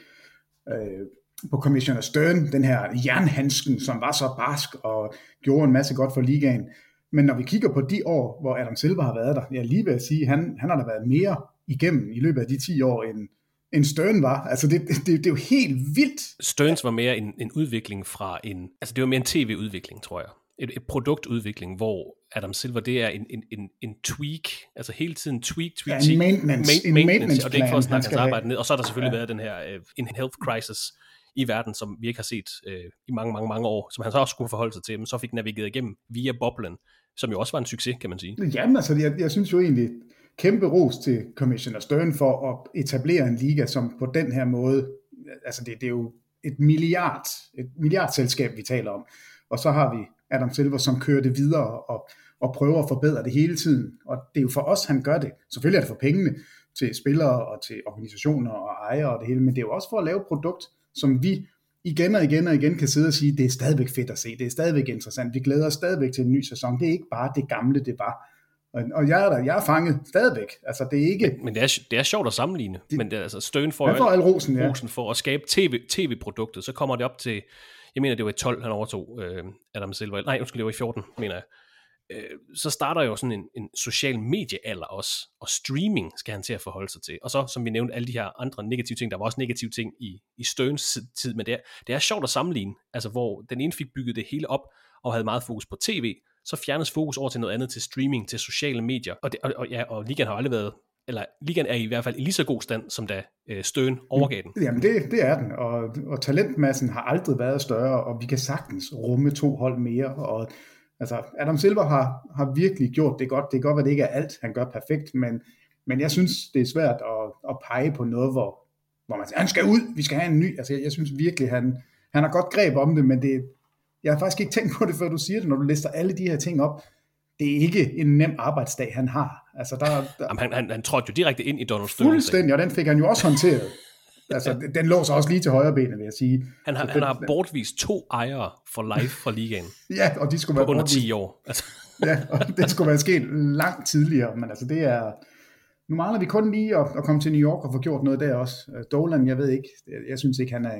Commissioner Stern, den her jernhandsken, som var så barsk og gjorde en masse godt for ligaen. Men når vi kigger på de år, hvor Adam Silver har været der, jeg er lige ved at sige, han har da været mere igennem i løbet af de 10 år, end Stern var. Altså det er jo helt vildt. Stearns var mere en udvikling fra altså det var mere en tv-udvikling, tror jeg. Et produktudvikling, hvor Adam Silver, det er en tweak, altså hele tiden tweak. Ja, en maintenance og det er ikke for at snakke hans arbejde ned. Og så har der selvfølgelig været den her en health crisis i verden, som vi ikke har set i mange år, som han så også skulle forholde sig til, men så fik navigeret igennem via boblen, som jo også var en succes, kan man sige. Jamen altså, jeg synes jo egentlig, kæmpe ros til Commissioner Stern for at etablere en liga, som på den her måde, altså det er jo et milliardselskab, vi taler om. Og så har vi Adam Silver, som kører det videre og prøver at forbedre det hele tiden. Og det er jo for os, han gør det. Selvfølgelig er det for pengene til spillere og til organisationer og ejere og det hele, men det er jo også for at lave et produkt, som vi igen og igen kan sidde og sige, det er stadigvæk fedt at se, det er stadigvæk interessant, vi glæder os stadigvæk til en ny sæson, det er ikke bare det gamle, det var. Og jeg er fanget stadigvæk. Altså, det er ikke... Men det er sjovt at sammenligne. Men det er, altså, Stern får al rosen, rosen for at skabe tv-produktet. Så kommer det op til... Jeg mener, det var i 12, han overtog Adam Silver. Nej, det var i 14, mener jeg. Så starter jo sådan en social mediealder også. Og streaming skal han til at forholde sig til. Og så, som vi nævnte, alle de her andre negative ting. Der var også negative ting i Sterns tid. Men det er sjovt at sammenligne. Altså, hvor den ene fik bygget det hele op og havde meget fokus på tv, så fjernes fokus over til noget andet, til streaming, til sociale medier. Og ligaen har aldrig været, eller ligaen er i hvert fald i lige så god stand, som da Stern overgav den. Jamen det er den, og talentmassen har aldrig været større, og vi kan sagtens rumme 2 hold mere, og altså Adam Silver har virkelig gjort det godt. Det er godt, at det ikke er alt, han gør perfekt, men jeg synes, det er svært at pege på noget, hvor man siger, han skal ud, vi skal have en ny. Altså jeg synes virkelig, han har godt greb om det, men jeg har faktisk ikke tænkt på det, før du siger det, når du lister alle de her ting op. Det er ikke en nem arbejdsdag, han har. Altså, Jamen, han trådte jo direkte ind i Donald Sterns. Fuldstændig, og den fik han jo også håndteret. Altså, den lå så også lige til højre benet, vil jeg sige. Han har bortvist 2 ejere for life fra ligaen. Ja, og de skulle være under 10 år. Altså. Ja, og det skulle være sket langt tidligere, men altså det er... Nu mangler vi kun lige at komme til New York og få gjort noget der også. Dolan, jeg ved ikke, jeg synes ikke, han er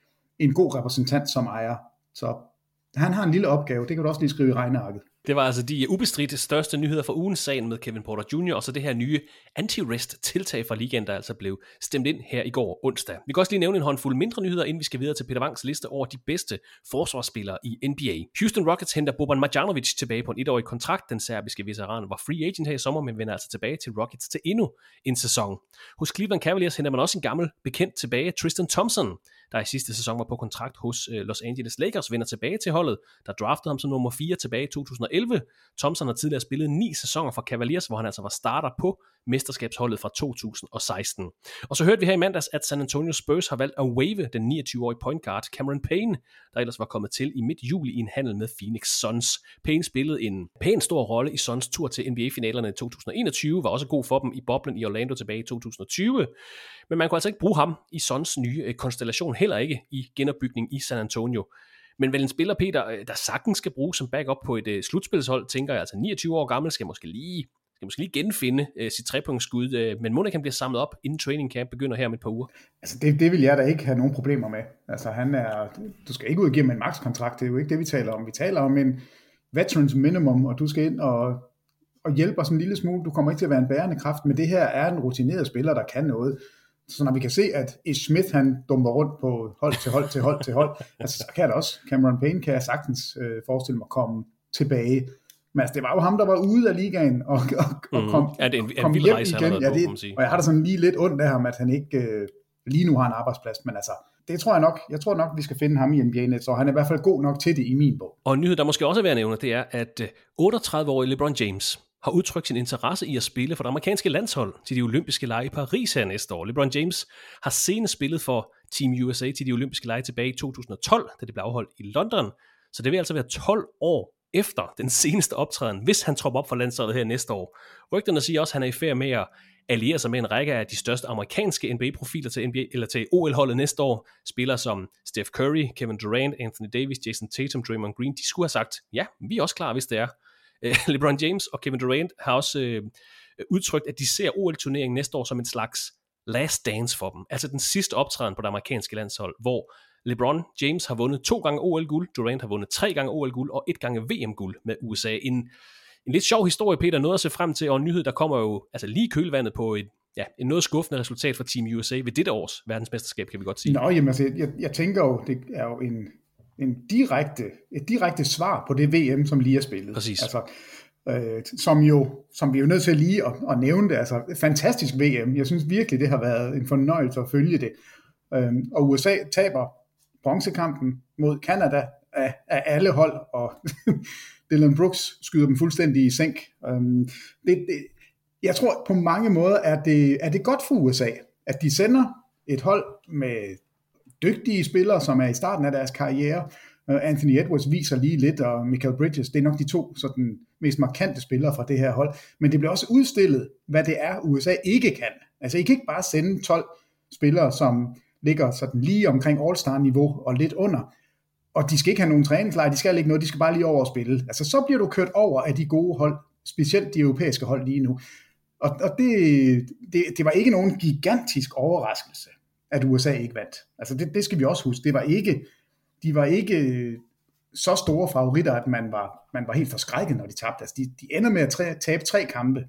en god repræsentant som ejer, så han har en lille opgave, det kan du også lige skrive i regnearket. Det var altså de ubestridte største nyheder for ugens, sagen med Kevin Porter Jr., og så det her nye anti-rest-tiltag fra ligaen, der altså blev stemt ind her i går onsdag. Vi kan også lige nævne en håndfuld mindre nyheder, inden vi skal videre til Peter Wangs liste over de bedste forsvarsspillere i NBA. Houston Rockets henter Boban Marjanovic tilbage på en 1-årig kontrakt. Den serbiske veteran var free agent her i sommer, men vender altså tilbage til Rockets til endnu en sæson. Hos Cleveland Cavaliers henter man også en gammel bekendt tilbage, Tristan Thompson, der i sidste sæson var på kontrakt hos Los Angeles Lakers, vender tilbage til holdet, der draftede ham som nummer 4 tilbage i 2011. Thompson har tidligere spillet 9 sæsoner for Cavaliers, hvor han altså var starter på mesterskabsholdet fra 2016. Og så hørte vi her i mandags, at San Antonio Spurs har valgt at waive den 29-årige point guard Cameron Payne, der ellers var kommet til i midt juli i en handel med Phoenix Suns. Payne spillede en pæn stor rolle i Suns tur til NBA-finalerne i 2021, var også god for dem i boblen i Orlando tilbage i 2020, men man kunne altså ikke bruge ham i Suns nye konstellation, heller ikke i genopbygning i San Antonio. Men vel en spiller, Peter, der sagtens skal bruges som backup på et slutspilshold, tænker jeg, altså 29 år gammel, skal måske lige genfinde sit 3-punktsskud, men må ikke han bliver samlet op, inden training camp begynder her om et par uger? Altså det vil jeg da ikke have nogen problemer med. Altså du skal ikke ud og give ham en makskontrakt, det er jo ikke det, vi taler om. Vi taler om en veterans minimum, og du skal ind og hjælpe os en lille smule. Du kommer ikke til at være en bærende kraft, men det her er en rutineret spiller, der kan noget. Så når vi kan se, at Ish Smith, han dumper rundt på hold til hold, altså så kan det også. Cameron Payne kan jeg sagtens forestille mig komme tilbage. Men altså, det var jo ham, der var ude af ligaen og kom hjem igen. Og jeg har da sådan lige lidt ondt af ham, at han ikke lige nu har en arbejdsplads. Men altså, det tror jeg tror nok, vi skal finde ham i NBA Net, så han er i hvert fald god nok til det i min bog. Og en nyhed, der måske også er værd at nævne, det er, at 38-årige LeBron James har udtrykt sin interesse i at spille for det amerikanske landshold til de olympiske lege i Paris her næste år. LeBron James har senest spillet for Team USA til de olympiske lege tilbage i 2012, da det blev afholdt i London. Så det vil altså være 12 år efter den seneste optræden, hvis han tropper op for landsholdet her næste år. Rygterne siger også, at han er i færd med at allierer sig med en række af de største amerikanske NBA-profiler til NBA, eller til OL-holdet næste år. Spillere som Steph Curry, Kevin Durant, Anthony Davis, Jason Tatum, Draymond Green, de skulle have sagt, ja, vi er også klar, hvis det er. LeBron James og Kevin Durant har også udtrykt, at de ser OL-turneringen næste år som en slags last dance for dem. Altså den sidste optræden på det amerikanske landshold, hvor LeBron James har vundet 2 gange OL-guld, Durant har vundet 3 gange OL-guld og 1 gange VM-guld med USA. En lidt sjov historie, Peter, noget at se frem til, og en nyhed, der kommer jo altså lige kølvandet på en noget skuffende resultat for Team USA ved dette års verdensmesterskab, kan vi godt sige. Nå, jamen altså, jeg tænker jo, det er jo et direkte svar på det VM, som lige er spillet. Præcis. Altså, som vi er jo nødt til lige at nævne det. Altså, fantastisk VM. Jeg synes virkelig, det har været en fornøjelse at følge det. Og USA taber bronzekampen mod Canada af alle hold, og Dylan Brooks skyder dem fuldstændig i sænk. Jeg tror, på mange måder er det godt for USA, at de sender et hold med dygtige spillere, som er i starten af deres karriere. Anthony Edwards viser lige lidt, og Michael Bridges, det er nok de 2 sådan mest markante spillere fra det her hold. Men det bliver også udstillet, hvad det er, USA ikke kan. Altså, I kan ikke bare sende 12 spillere, som ligger sådan lige omkring All-Star-niveau og lidt under. Og de skal ikke have nogen træningslejr, de skal ikke noget, de skal bare lige over og spille. Altså, så bliver du kørt over af de gode hold, specielt de europæiske hold lige nu. Og det var ikke nogen gigantisk overraskelse, at USA ikke vandt. Altså, det skal vi også huske. De var ikke så store favoritter, at man var helt forskrækket, når de tabte. Altså, de ender med at tabe 3 kampe.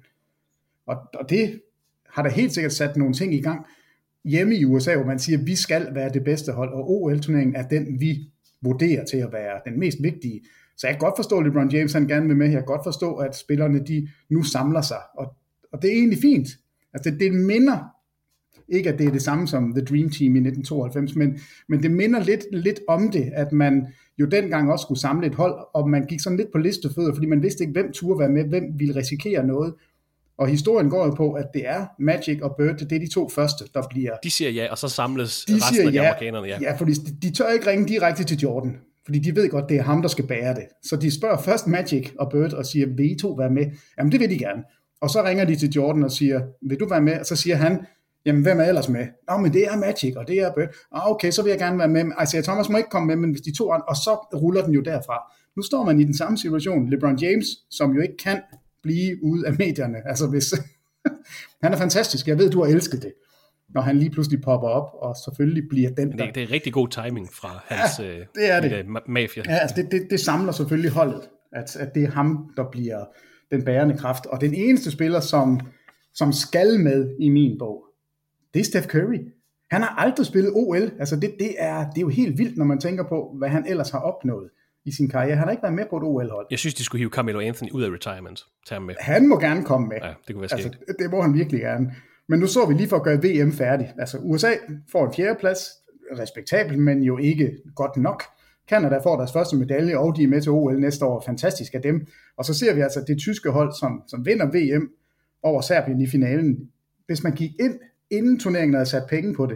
Og det har da helt sikkert sat nogle ting i gang hjemme i USA, hvor man siger, at vi skal være det bedste hold, og OL-turneringen er den, vi vurderer til at være den mest vigtige. Så jeg kan godt forstå, at LeBron James han gerne vil med. Jeg kan godt forstå, at spillerne de nu samler sig. Og det er egentlig fint. Altså det minder, ikke at det er det samme som The Dream Team i 1992, men det minder lidt om det, at man jo dengang også skulle samle et hold, og man gik sådan lidt på listefødder, fordi man vidste ikke, hvem turde være med, hvem ville risikere noget. Og historien går jo på, at det er Magic og Bird, det er de 2 første, der bliver... De siger ja, og så samles resten af de amerikanerne. Ja, fordi de tør ikke ringe direkte til Jordan, fordi de ved godt, det er ham, der skal bære det. Så de spørger først Magic og Bird og siger, vil I 2 være med? Jamen det vil de gerne. Og så ringer de til Jordan og siger, vil du være med? Og så siger han, jamen hvem er ellers med? Nå, men det er Magic, og det er Bird. Okay, så vil jeg gerne være med. Isaiah Thomas må ikke komme med, men hvis de 2 andre, og så ruller den jo derfra. Nu står man i den samme situation. LeBron James, som jo ikke kan blive ude af medierne. Altså hvis... han er fantastisk. Jeg ved, du har elsket det, når han lige pludselig popper op, og selvfølgelig bliver den der... Det er rigtig god timing fra hans mafia. Ja, altså det samler selvfølgelig holdet, at det er ham, der bliver den bærende kraft. Og den eneste spiller, som skal med i min bog, det er Steph Curry. Han har aldrig spillet OL. Altså det er jo helt vildt, når man tænker på, hvad han ellers har opnået i sin karriere. Han har ikke været med på et OL-hold. Jeg synes, de skulle hive Carmelo Anthony ud af retirement. Tag ham med. Han må gerne komme med. Ja, det kunne være skægt. Altså, det må han virkelig gerne. Men nu så vi lige for at gøre VM færdig. Altså USA får en 4. plads. Respektabelt, men jo ikke godt nok. Canada får deres første medalje, og de er med til OL næste år. Fantastisk af dem. Og så ser vi altså det tyske hold, som vinder VM over Serbien i finalen. Hvis man gik ind, inden turneringen havde sat penge på det,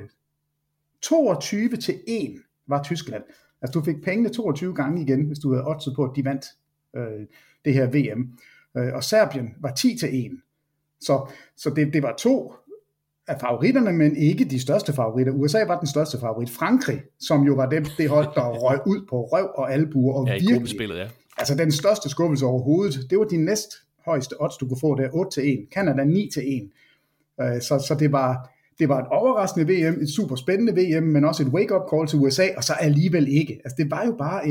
22-1 var Tyskland. Altså du fik pengene 22 gange igen, hvis du havde oddset på, at de vandt det her VM. Og Serbien var 10-1. Så det var 2 af favoritterne, men ikke de største favoritter. USA var den største favorit. Frankrig, som jo var det hold, der røg ud på røv og albuer. Og i gruppespillet, ja. Altså den største skuffelse overhovedet. Det var de næst højeste odds, du kunne få der, 8-1. Canada 9-1. Så det var et overraskende VM, et super spændende VM, men også et wake-up call til USA, og så alligevel ikke. Altså det var jo bare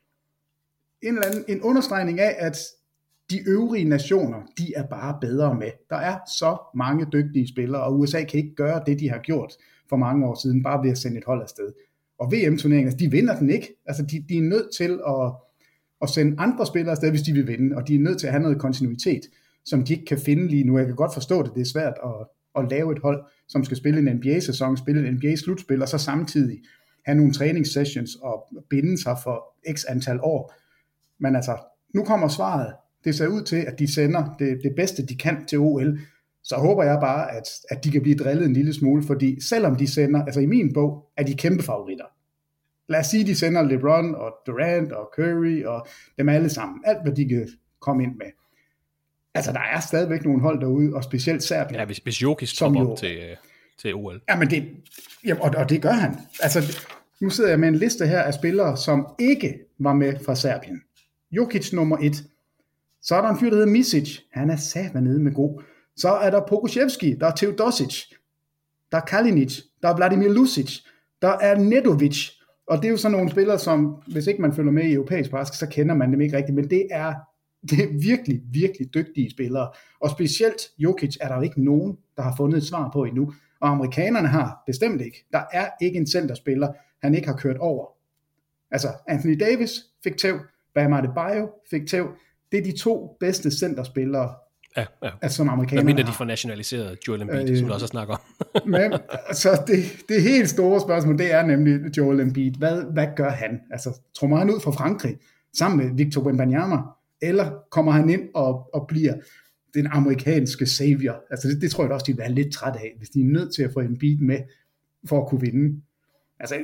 en understregning af, at de øvrige nationer, de er bare bedre med. Der er så mange dygtige spillere, og USA kan ikke gøre det, de har gjort for mange år siden, bare ved at sende et hold afsted. Og VM-turneringen, de vinder den ikke. Altså de er nødt til at sende andre spillere afsted, hvis de vil vinde, og de er nødt til at have noget kontinuitet, som de ikke kan finde lige nu. Jeg kan godt forstå det, det er svært at lave et hold, som skal spille en NBA-sæson, spille en NBA-slutspil, og så samtidig have nogle træningssessions og binde sig for x antal år. Men altså, nu kommer svaret. Det ser ud til, at de sender det bedste, de kan til OL. Så håber jeg bare, at de kan blive drillet en lille smule, fordi selvom de sender, altså i min bog, er de kæmpe favoritter. Lad os sige, de sender LeBron og Durant og Curry og dem alle sammen. Alt, hvad de kan komme ind med. Altså, der er stadigvæk nogle hold derude, og specielt Serbien. Ja, hvis Jokic kommer op til OL. Ja, men og det gør han. Altså, nu sidder jeg med en liste her af spillere, som ikke var med fra Serbien. Jokic nummer 1. Så er der en fyr, der hedder Misic. Han er satme nede med god. Så er der Pokusevski, der er Teodosic, der er Kalinic, der er Vladimir Lucic, der er Nedovic. Og det er jo sådan nogle spillere, som, hvis ikke man følger med i europæisk basket, så kender man dem ikke rigtigt. Men det er virkelig, virkelig dygtige spillere. Og specielt Jokic er der jo ikke nogen, der har fundet et svar på endnu. Og amerikanerne har bestemt ikke. Der er ikke en centerspiller, han ikke har kørt over. Altså, Anthony Davis fik tæv, Bam Adebayo fik tæv. Det er de 2 bedste centerspillere, altså, som amerikanerne har. Mindre de får nationaliseret Joel Embiid, som du også snakker om. Men altså, det helt store spørgsmål, det er nemlig Joel Embiid. Hvad gør han? Altså, trommer han ud fra Frankrig sammen med Victor Wembanyama? Eller kommer han ind og bliver den amerikanske savior? Altså, det tror jeg også, de vil være lidt træt af, hvis de er nødt til at få Embiid med for at kunne vinde. Altså,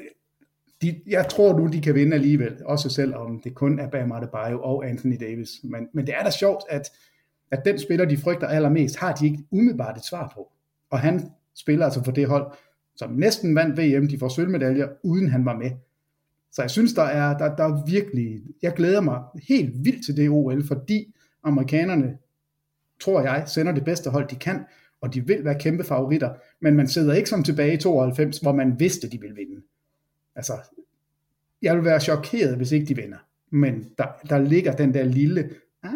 jeg tror nu, de kan vinde alligevel, også selvom det kun er Bam Adebayo og Anthony Davis. Men det er da sjovt, at den spiller, de frygter allermest, har de ikke umiddelbart et svar på. Og han spiller altså for det hold, som næsten vandt VM, de får sølvmedaljer, uden han var med. Så jeg synes, der er virkelig, jeg glæder mig helt vildt til det OL, fordi amerikanerne, tror jeg, sender det bedste hold, de kan, og de vil være kæmpe favoritter, men man sidder ikke som tilbage i 92, hvor man vidste, de ville vinde. Altså, jeg vil være chokeret, hvis ikke de vinder. Men der ligger den der lille,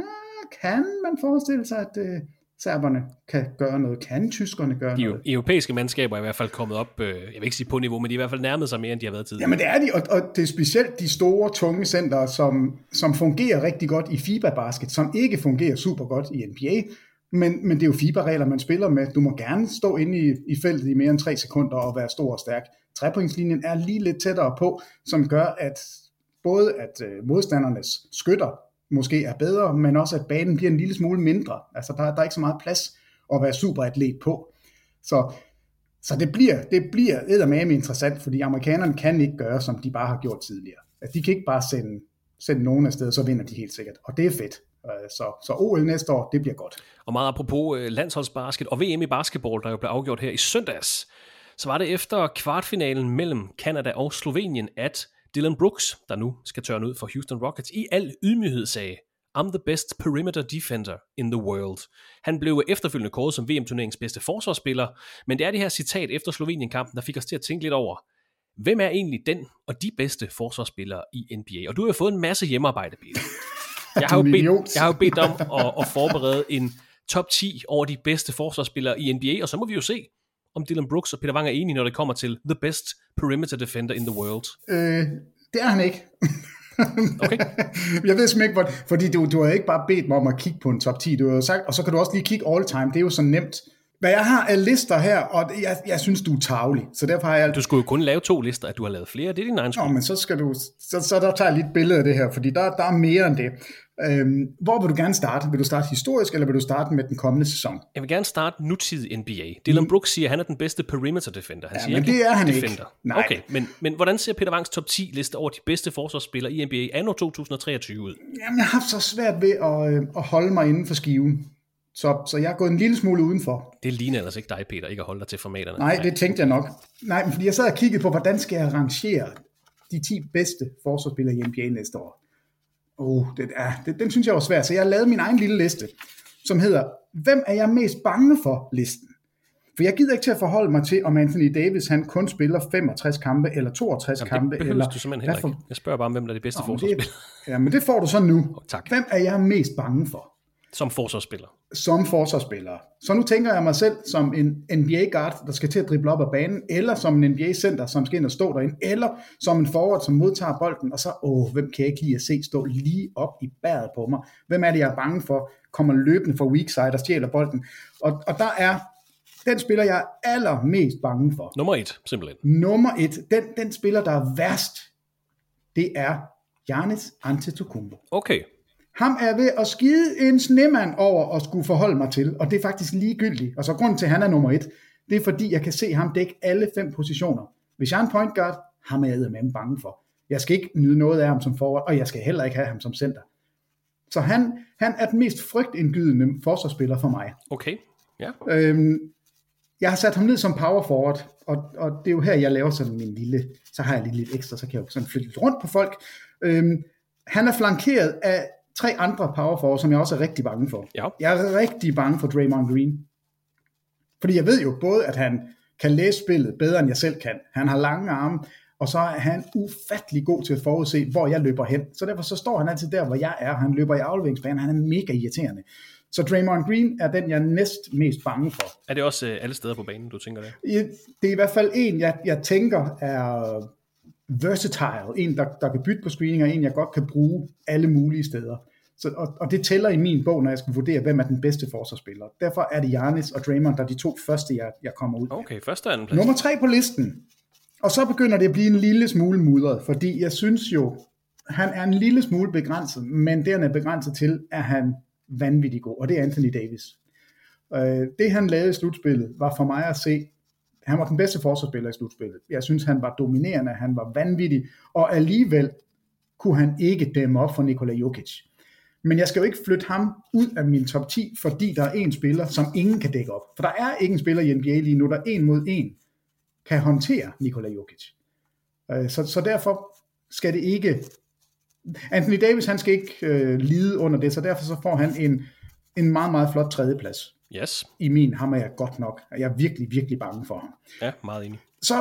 kan man forestille sig, at serberne kan gøre noget? Kan tyskerne gøre noget? De europæiske mandskaber er i hvert fald kommet op, jeg vil ikke sige på niveau, men de er i hvert fald nærmet sig mere, end de har været tidligere. Jamen det er de, og det er specielt de store, tunge centre, som fungerer rigtig godt i FIBA-basket, som ikke fungerer super godt i NBA, men det er jo FIBA-regler, man spiller med. Du må gerne stå inde i feltet i mere end 3 sekunder og være stor og stærk. Trepointslinjen er lige lidt tættere på, som gør, at både at modstandernes skytter måske er bedre, men også at banen bliver en lille smule mindre. Altså der er ikke så meget plads at være superatlet på. Så det bliver eddermame interessant, fordi amerikanerne kan ikke gøre, som de bare har gjort tidligere. At de kan ikke bare sende nogen afsted, så vinder de helt sikkert. Og det er fedt. Så OL næste år, det bliver godt. Og meget apropos landsholdsbasket og VM i basketball, der jo blev afgjort her i søndags, så var det efter kvartfinalen mellem Canada og Slovenien, at Dillon Brooks, der nu skal tørne ud for Houston Rockets, i al ydmyghed sagde, I'm the best perimeter defender in the world. Han blev efterfølgende kåret som VM-turneringens bedste forsvarsspiller, men det er det her citat efter Slovenien-kampen, der fik os til at tænke lidt over, hvem er egentlig den og de bedste forsvarsspillere i NBA? Og du har jo fået en masse hjemmearbejde, Peter. Jeg har jo bedt om at forberede en top 10 over de bedste forsvarsspillere i NBA, og så må vi jo se, om Dillon Brooks og Peter Wang er enige, når det kommer til the best perimeter defender in the world. Det er han ikke. Okay. Jeg ved simpelthen ikke, fordi du har ikke bare bedt mig om at kigge på en top 10, du har jo sagt, og så kan du også lige kigge all time, det er jo så nemt. Hvad jeg har af lister her, og jeg synes, du er tarvelig, så derfor har jeg... Du skulle jo kun lave 2 lister, at du har lavet flere, det er din egen skyld. Men så skal du... Så der tager jeg lige et billede af det her, fordi der er mere end det. Hvor vil du gerne starte? Vil du starte historisk, eller vil du starte med den kommende sæson? Jeg vil gerne starte nutidig NBA. Dillon Brooks siger, at han er den bedste perimeter defender. Han siger, men det er han defender. Ikke. Nej. Okay, men hvordan ser Peter Wangs top 10 liste over de bedste forsvarsspillere i NBA anno 2023 ud? Jamen, jeg har haft så svært ved at holde mig inden for skiven. Så jeg er gået en lille smule udenfor. Det ligner ellers ikke dig, Peter, ikke at holde dig til formaterne. Nej, det tænkte jeg nok. Nej, men fordi jeg sad og kiggede på, hvordan skal jeg rangere de 10 bedste forsvarsspillere i NBA næste år. Den synes jeg var svært, så jeg har lavet min egen lille liste, som hedder, hvem er jeg mest bange for listen? For jeg gider ikke til at forholde mig til, om Anthony Davis han kun spiller 65 kampe, eller 62 kampe. Det behøver du simpelthen heller ikke. Jeg spørger bare om, hvem der er de bedste forsvarsspillere. Ja, men det får du så nu. Tak. Hvem er jeg mest bange for? Som forsvarsspiller. Som forsvarsspiller. Så nu tænker jeg mig selv som en NBA-guard, der skal til at drible op af banen, eller som en NBA-center, som skal ind og stå derinde, eller som en forward, som modtager bolden, og så, hvem kan jeg ikke lide at se stå lige op i bæret på mig? Hvem er det, jeg er bange for? Kommer løbende fra weak side og stjæler bolden. Og der er den spiller, jeg er allermest bange for. Nummer 1, simpelthen. Nummer 1, den spiller, der er værst, det er Giannis Antetokounmpo. Okay. Ham er ved at skide en snemand over at skulle forholde mig til, og det er faktisk ligegyldigt. Og så grunden til, at han er nummer 1, det er fordi, jeg kan se ham dække alle 5 positioner. Hvis jeg er en point guard, ham er jeg eddermame bange for. Jeg skal ikke nyde noget af ham som forward, og jeg skal heller ikke have ham som center. Så han er den mest frygtindgydende forsvarsspiller for mig. Okay, ja. Jeg har sat ham ned som power forward, og det er jo her, jeg laver sådan en lille, så har jeg lige lidt ekstra, så kan jeg jo sådan flytte lidt rundt på folk. Han er flankeret af 3 andre power forward, som jeg også er rigtig bange for. Ja. Jeg er rigtig bange for Draymond Green. Fordi jeg ved jo både, at han kan læse spillet bedre, end jeg selv kan. Han har lange arme, og så er han ufattelig god til at forudse, hvor jeg løber hen. Så derfor så står han altid der, hvor jeg er. Han løber i afleveringsbanen, han er mega irriterende. Så Draymond Green er den, jeg er næst mest bange for. Er det også alle steder på banen, du tænker det? Det er i hvert fald en, jeg tænker er versatile. En, der kan bytte på screening, og en, jeg godt kan bruge alle mulige steder. Og det tæller i min bog, når jeg skal vurdere, hvem er den bedste forsvarsspiller. Derfor er det Giannis og Draymond, der er de 2 første, jeg kommer ud. Okay, første og anden plads. Nummer 3 på listen. Og så begynder det at blive en lille smule mudret, fordi jeg synes jo, han er en lille smule begrænset, men det han er begrænset til, er han vanvittig god, og det er Anthony Davis. Det han lavede i slutspillet, var for mig at se, han var den bedste forsvarsspiller i slutspillet. Jeg synes, han var dominerende, han var vanvittig, og alligevel kunne han ikke dæmme op for Nikola Jokic. Men jeg skal jo ikke flytte ham ud af min top 10, fordi der er en spiller, som ingen kan dække op. For der er ikke en spiller i NBA lige nu, der 1 mod 1 kan håndtere Nikola Jokic. Så derfor skal det ikke... Anthony Davis, han skal ikke lide under det, så derfor så får han en meget, meget flot 3. plads. Yes. I min, ham er jeg godt nok. Jeg er virkelig, virkelig bange for ham. Ja, meget enig. Så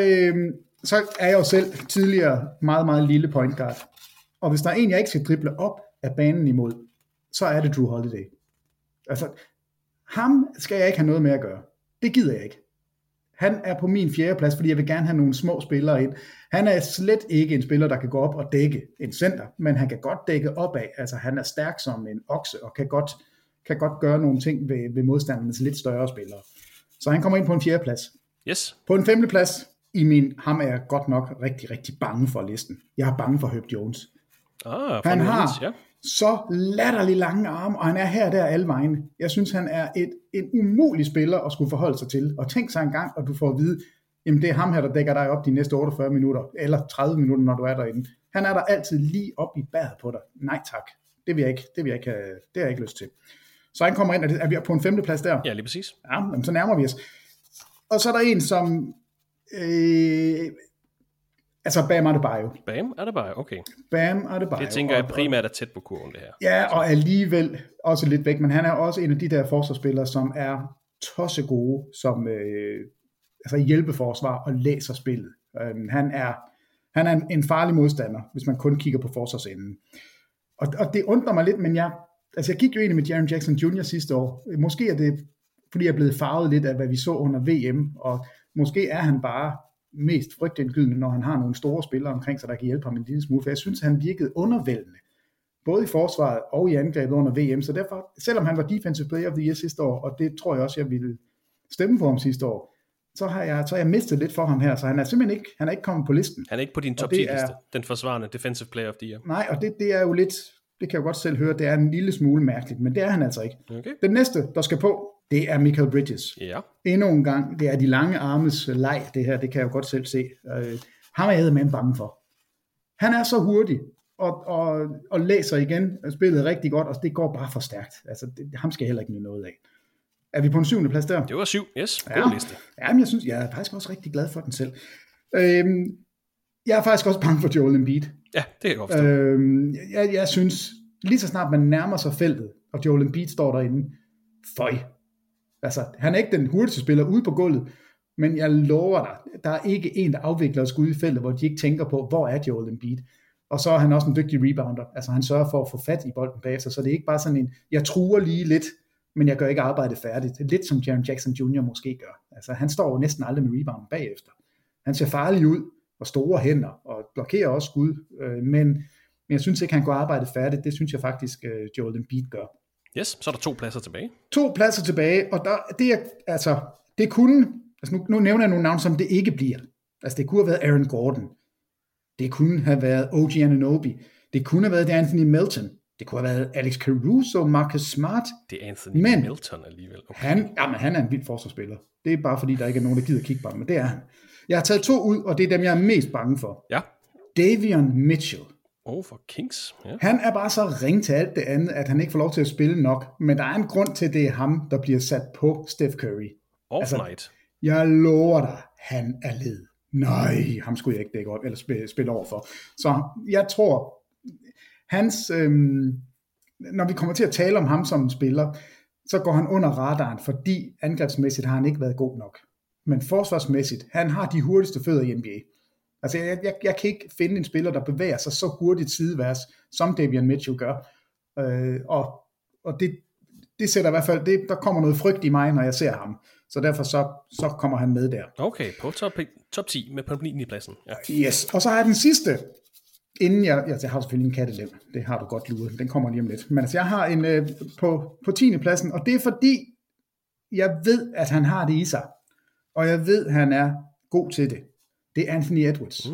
er jeg jo selv tidligere meget, meget lille point guard. Og hvis der er en, jeg ikke skal drible op af banen imod, så er det Drew Holiday. Altså, ham skal jeg ikke have noget med at gøre. Det gider jeg ikke. Han er på min 4. plads, fordi jeg vil gerne have nogle små spillere ind. Han er slet ikke en spiller, der kan gå op og dække en center, men han kan godt dække opad. Altså, han er stærk som en okse, og kan godt gøre nogle ting ved modstandernes lidt større spillere. Så han kommer ind på en 4. plads. Yes. På en 5. plads, ham er jeg godt nok rigtig, rigtig bange for listen. Jeg er bange for Herb Jones. Han har så latterlig lange arme, og han er her der alle vegne. Jeg synes, han er en umulig spiller at skulle forholde sig til. Og tænk sig en gang, og du får at vide, jamen det er ham her, der dækker dig op de næste 48 minutter, eller 30 minutter, når du er derinde. Han er der altid lige op i bæret på dig. Nej tak, det har jeg ikke lyst til. Så han kommer ind, er vi på en 5. plads der? Ja, lige præcis. Ja, så nærmer vi os. Og så er der en, som... Altså Bam Adebayo. Bam Adebayo, okay. Bam Adebayo. Det tænker jeg primært er tæt på kurven, det her. Ja, og alligevel også lidt væk, men han er også en af de der forsvarsspillere, som er tosse gode som hjælpeforsvar og læser spillet. Han er en farlig modstander, hvis man kun kigger på forsvarsenden. Og det undrer mig lidt, men jeg gik jo egentlig med Jaren Jackson Jr. sidste år. Måske er det, fordi jeg er blevet farvet lidt af, hvad vi så under VM, og måske er han bare mest frygtindgydende, når han har nogle store spillere omkring sig, der kan hjælpe ham en lille smule, for jeg synes, han virkede undervældende, både i forsvaret og i angrebet under VM, så derfor, selvom han var Defensive Player of the Year sidste år, og det tror jeg også, jeg ville stemme for ham sidste år, så har jeg mistet lidt for ham her, så han er simpelthen ikke, han er ikke kommet på listen. Han er ikke på din top 10 liste, den forsvarende Defensive Player of the Year. Nej, og det er jo lidt, det kan jeg godt selv høre, det er en lille smule mærkeligt, men det er han altså ikke. Okay. Den næste, der skal på, det er Mikal Bridges. Ja. Endnu en gang, det er de lange armes leg, det her, det kan jeg jo godt selv se. Ham er jeg med bange for. Han er så hurtig, og læser igen spillet rigtig godt, og det går bare for stærkt. Altså, ham skal jeg heller ikke nyde noget af. Er vi på en 7. plads der? Det var 7, yes. God liste. Ja, men jeg er faktisk også rigtig glad for den selv. Jeg er faktisk også bange for Joel Embiid. Ja, det kan jeg godt forstå. Jeg synes, lige så snart man nærmer sig feltet, og Joel Embiid står derinde, føj. Altså, han er ikke den hurtigste spiller ude på gulvet, men jeg lover dig, der er ikke en, der afvikler et skud i feltet, hvor de ikke tænker på, hvor er Joel Embiid. Og så er han også en dygtig rebounder. Altså, han sørger for at få fat i bolden bagefter, så det er ikke bare sådan en, jeg truer lige lidt, men jeg gør ikke arbejdet færdigt. Det er lidt som Jaren Jackson Jr. måske gør. Altså, han står jo næsten aldrig med rebounden bagefter. Han ser farlig ud, og store hænder, og blokerer også skud, men jeg synes ikke, han går arbejdet færdigt. Det synes jeg faktisk, Joel Embiid gør. Yes, så er der 2 pladser tilbage. 2 pladser tilbage, og det kunne, altså nu nævner jeg nogle navne, som det ikke bliver. Altså det kunne have været Aaron Gordon. Det kunne have været OG Anunoby. Det kunne have været Anthony Melton. Det kunne have været Alex Caruso, Marcus Smart. Det er Anthony Melton alligevel. Okay. Han er en vild forsvarsspiller. Det er bare fordi, der ikke er nogen, der gider kigge på ham, men det er han. Jeg har taget 2 ud, og det er dem, jeg er mest bange for. Ja. Davion Mitchell. For Kings. Ja. Han er bare så ring til alt det andet, at han ikke får lov til at spille nok. Men der er en grund til, at det er ham, der bliver sat på Steph Curry. Off-night. Jeg lover dig, han er led. Nej, ham skulle jeg ikke dække op, eller spille over for. Så jeg tror, hans, når vi kommer til at tale om ham som spiller, så går han under radaren, fordi angrebsmæssigt har han ikke været god nok. Men forsvarsmæssigt, han har de hurtigste fødder i NBA. Altså, jeg kan ikke finde en spiller, der bevæger sig så hurtigt sideværs, som Davion Mitchell gør. Og det sætter i hvert fald, der kommer noget frygt i mig, når jeg ser ham. Så derfor så kommer han med der. Okay, på top 10 med på 9. pladsen. Ja. Yes, og så har jeg den sidste, inden jeg har selvfølgelig en kattelem. Det har du godt luret, den kommer lige om lidt. Men altså, jeg har en på 10. pladsen, og det er fordi, jeg ved, at han har det i sig. Og jeg ved, at han er god til det. Det er Anthony Edwards.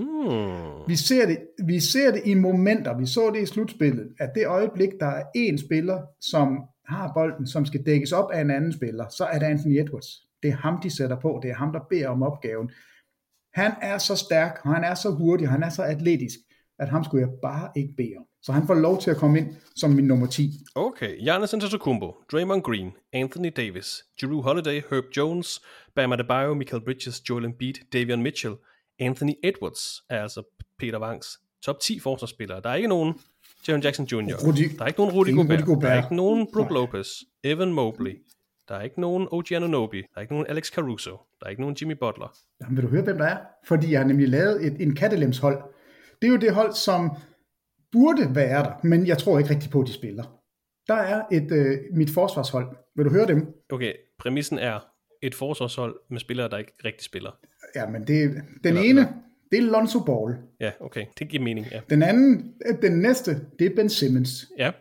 Vi ser det i momenter. Vi så det i slutspillet, at det øjeblik, der er en spiller, som har bolden, som skal dækkes op af en anden spiller, så er det Anthony Edwards. Det er ham, de sætter på. Det er ham, der beder om opgaven. Han er så stærk, og han er så hurtig, og han er så atletisk, at ham skulle jeg bare ikke bede om. Så han får lov til at komme ind som min nummer 10. Okay, Giannis Antetokounmpo, Draymond Green, Anthony Davis, Jrue Holiday, Herb Jones, Bam Adebayo, Michael Bridges, Joel Embiid, Davion Mitchell, Anthony Edwards er altså Peter Wangs top 10 forsvarsspillere. Der er ikke nogen Jaren Jackson Jr., der er ikke nogen Rudy Gobert, der er ikke nogen Brook Lopez, Evan Mobley, der er ikke nogen OG Anunoby, der er ikke nogen Alex Caruso, der er ikke nogen Jimmy Butler. Jamen, vil du høre, hvem der er? Fordi jeg har nemlig lavet en kattelemshold. Det er jo det hold, som burde være der, men jeg tror ikke rigtig på, at de spiller. Der er mit forsvarshold. Vil du høre dem? Okay, præmissen er et forsvarshold med spillere, der ikke rigtig spiller. Ja, men den ene, det er Lonzo Ball. Ja, okay, det giver mening, ja. Den næste, det er Ben Simmons. Ja.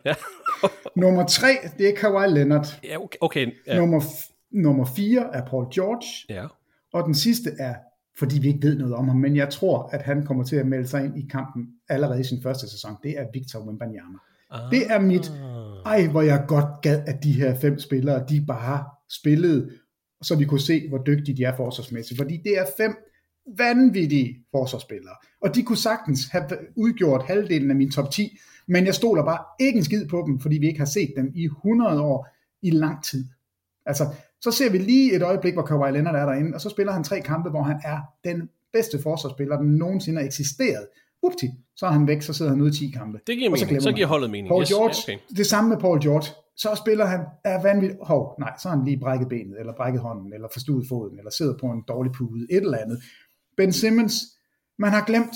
Nummer 3, det er Kawhi Leonard. Ja, okay. Ja. Nummer 4 er Paul George. Ja. Og den sidste er, fordi vi ikke ved noget om ham, men jeg tror, at han kommer til at melde sig ind i kampen allerede i sin første sæson. Det er Victor Wembanyama. Det er mit, hvor jeg godt gad, at de her 5 spillere, de bare spillede, så vi kunne se, hvor dygtige de er forsvarsmæssigt. Fordi det er 5 vanvittige forsvarsspillere. Og de kunne sagtens have udgjort halvdelen af min top 10, men jeg stoler bare ikke en skid på dem, fordi vi ikke har set dem i 100 år i lang tid. Altså, så ser vi lige et øjeblik, hvor Kawhi Leonard er derinde, og så spiller han 3 kampe, hvor han er den bedste forsvarsspiller, der nogensinde har eksisteret. Upti, så er han væk, så sidder han ude i 10 kampe. Det giver mening, så giver holdet mening. Paul George, okay. Det samme med Paul George. Så spiller han af vanvittigt. Så har han lige brækket benet, eller brækket hånden, eller forstuet foden, eller sidder på en dårlig pude, et eller andet. Ben Simmons, man har glemt,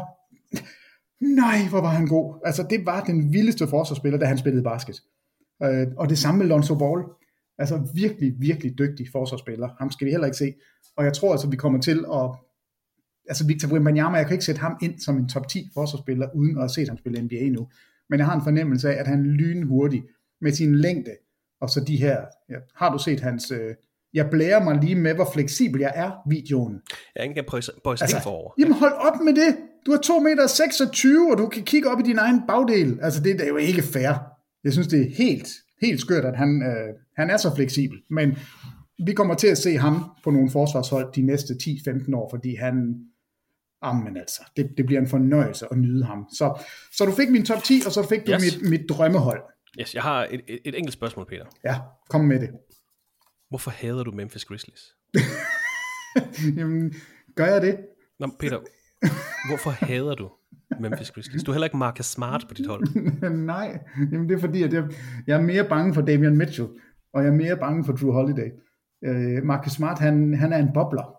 hvor var han god. Altså, det var den vildeste forsvarsspiller, da han spillede basket. Og det samme med Lonzo Ball. Altså, virkelig, virkelig dygtig forsvarsspiller. Ham skal vi heller ikke se. Og jeg tror altså, vi kommer til at... Altså, Victor Wembanyama, jeg kan ikke sætte ham ind som en top 10 forsvarsspiller, uden at have set ham spille NBA nu. Men jeg har en fornemmelse af, at han er lynhurtig med sin længde. Og så de her... Ja, har du set hans... Jeg blærer mig lige med, hvor fleksibel jeg er, videoen. Jeg ikke kan bøjse altså, forover. Jamen hold op med det. Du er 2,26 meter, og du kan kigge op i din egen bagdel. Altså det er jo ikke fair. Jeg synes, det er helt skørt, at han er så fleksibel. Men vi kommer til at se ham på nogle forsvarshold de næste 10-15 år, fordi han... Jamen altså, det bliver en fornøjelse at nyde ham. Så du fik min top 10, og så fik du mit drømmehold. Yes, jeg har et enkelt spørgsmål, Peter. Ja, kom med det. Hvorfor hader du Memphis Grizzlies? Jamen, gør jeg det? Nå, Peter, hvorfor hader du Memphis Grizzlies? Du er heller ikke Marcus Smart på dit hold. Nej, jamen det er fordi, at jeg er mere bange for Davion Mitchell, og jeg er mere bange for Jrue Holiday. Marcus Smart, han er en bobler.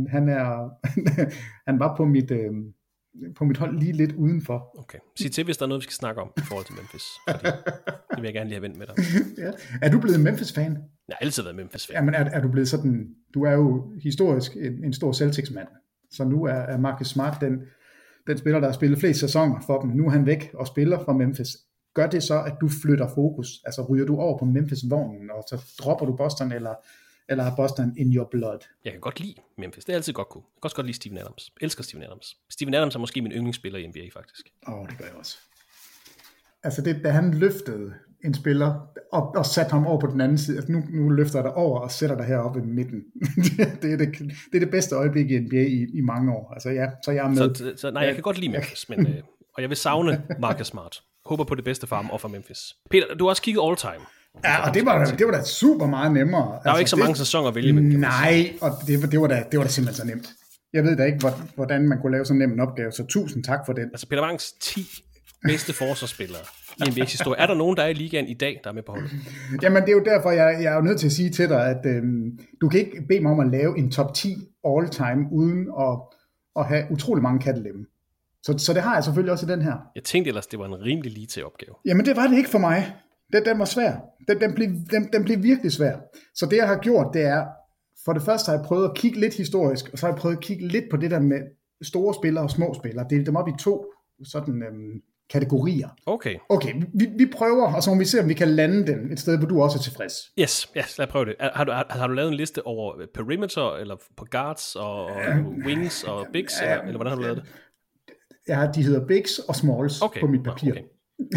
Han var på mit hold lige lidt udenfor. Okay, sig til, hvis der er noget, vi skal snakke om i forhold til Memphis. Det vil jeg gerne lige have vendt med dig. Ja. Er du blevet Memphis-fan? Jeg har altid været Memphis-fan. Ja, men er du blevet sådan... Du er jo historisk en stor Celtics-mand. Så nu er Marcus Smart den spiller, der har spillet flest sæsoner for dem. Nu er han væk og spiller for Memphis. Gør det så, at du flytter fokus? Altså ryger du over på Memphis-vognen, og så dropper du Boston, eller har Boston in your blood? Jeg kan godt lide Memphis. Det er altid godt cool. Jeg kan også godt lide Steven Adams. Jeg elsker Steven Adams. Steven Adams er måske min yndlingsspiller i NBA, faktisk. Det gør jeg også. Altså, da han løftede en spiller og satte ham over på den anden side, altså nu løfter jeg dig over og sætter dig heroppe i midten. det er det bedste øjeblik i NBA i mange år. Altså ja, så jeg er med. Så nej, jeg kan godt lide Memphis, men Og jeg vil savne Marcus Smart. Håber på det bedste for ham og for Memphis. Peter, du har også kigget all time. Ja, og det var da super meget nemmere. Der er jo ikke så mange sæsoner at vælge med. Nej, og det var da simpelthen så nemt. Jeg ved da ikke, hvordan man kunne lave så nem en opgave, så tusind tak for den. Altså Peter Bangs 10 bedste forsvarsspillere i NBA's historie. Er der nogen, der er i ligaen i dag, der er med på holdet? Jamen det er jo derfor, jeg er jo nødt til at sige til dig, at du kan ikke bede mig om at lave en top 10 all time, uden at have utrolig mange kattelemme. Så det har jeg selvfølgelig også i den her. Jeg tænkte ellers, det var en rimelig lige til opgave. Jamen det var det ikke for mig. Den var svær. Den blev virkelig svær. Så det jeg har gjort, det er, for det første har jeg prøvet at kigge lidt historisk, og så har jeg prøvet at kigge lidt på det der med store spillere og små spillere. Dele dem op i 2 sådan kategorier. Okay, vi prøver, og så må vi se, om vi kan lande den et sted, hvor du også er tilfreds. Yes, lad prøve det. Har du lavet en liste over perimeter, eller på guards, og wings, og bigs, eller hvordan har du lavet det? Ja, de hedder bigs og smalls på mit papir. Okay.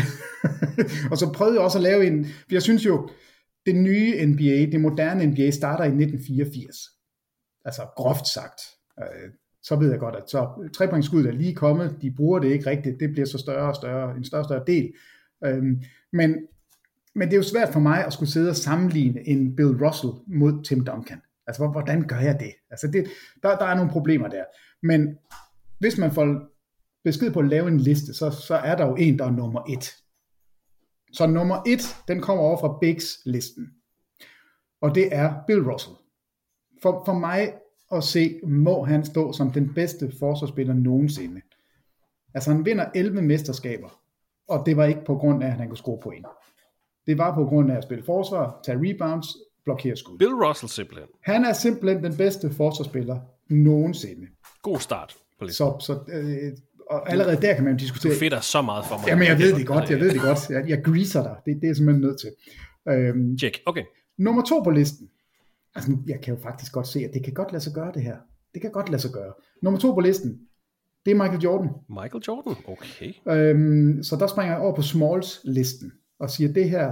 Og så prøvede jeg også at lave en, for jeg synes jo, det nye NBA, det moderne NBA, starter i 1984. Altså groft sagt. Så ved jeg godt, at så 3-pointskuddet er lige kommet, de bruger det ikke rigtigt, det bliver så større og større, en større og større del. Men det er jo svært for mig at skulle sidde og sammenligne en Bill Russell mod Tim Duncan. Altså, hvordan gør jeg det? Altså, der er nogle problemer der. Men hvis man får besked på at lave en liste, så er der jo en, der er nummer 1. Så nummer 1, den kommer over fra Bigs-listen. Og det er Bill Russell. For mig at se, må han stå som den bedste forsvarsspiller nogensinde. Altså han vinder 11 mesterskaber, og det var ikke på grund af, at han kunne score point. Det var på grund af at spille forsvar, tage rebounds, blokere skud. Bill Russell simpelthen. Han er simpelthen den bedste forsvarsspiller nogensinde. God start på listen. Og allerede der kan man jo diskutere. Du fedter så meget for mig. Jamen jeg ved det godt. Jeg greaser dig. Det er jeg simpelthen nødt til. Check, okay. Nummer 2 på listen. Altså jeg kan jo faktisk godt se, at det kan godt lade sig gøre det her. Det kan godt lade sig gøre. Nummer 2 på listen, det er Michael Jordan. Michael Jordan, okay. Så der springer jeg over på Smalls-listen og siger, det her,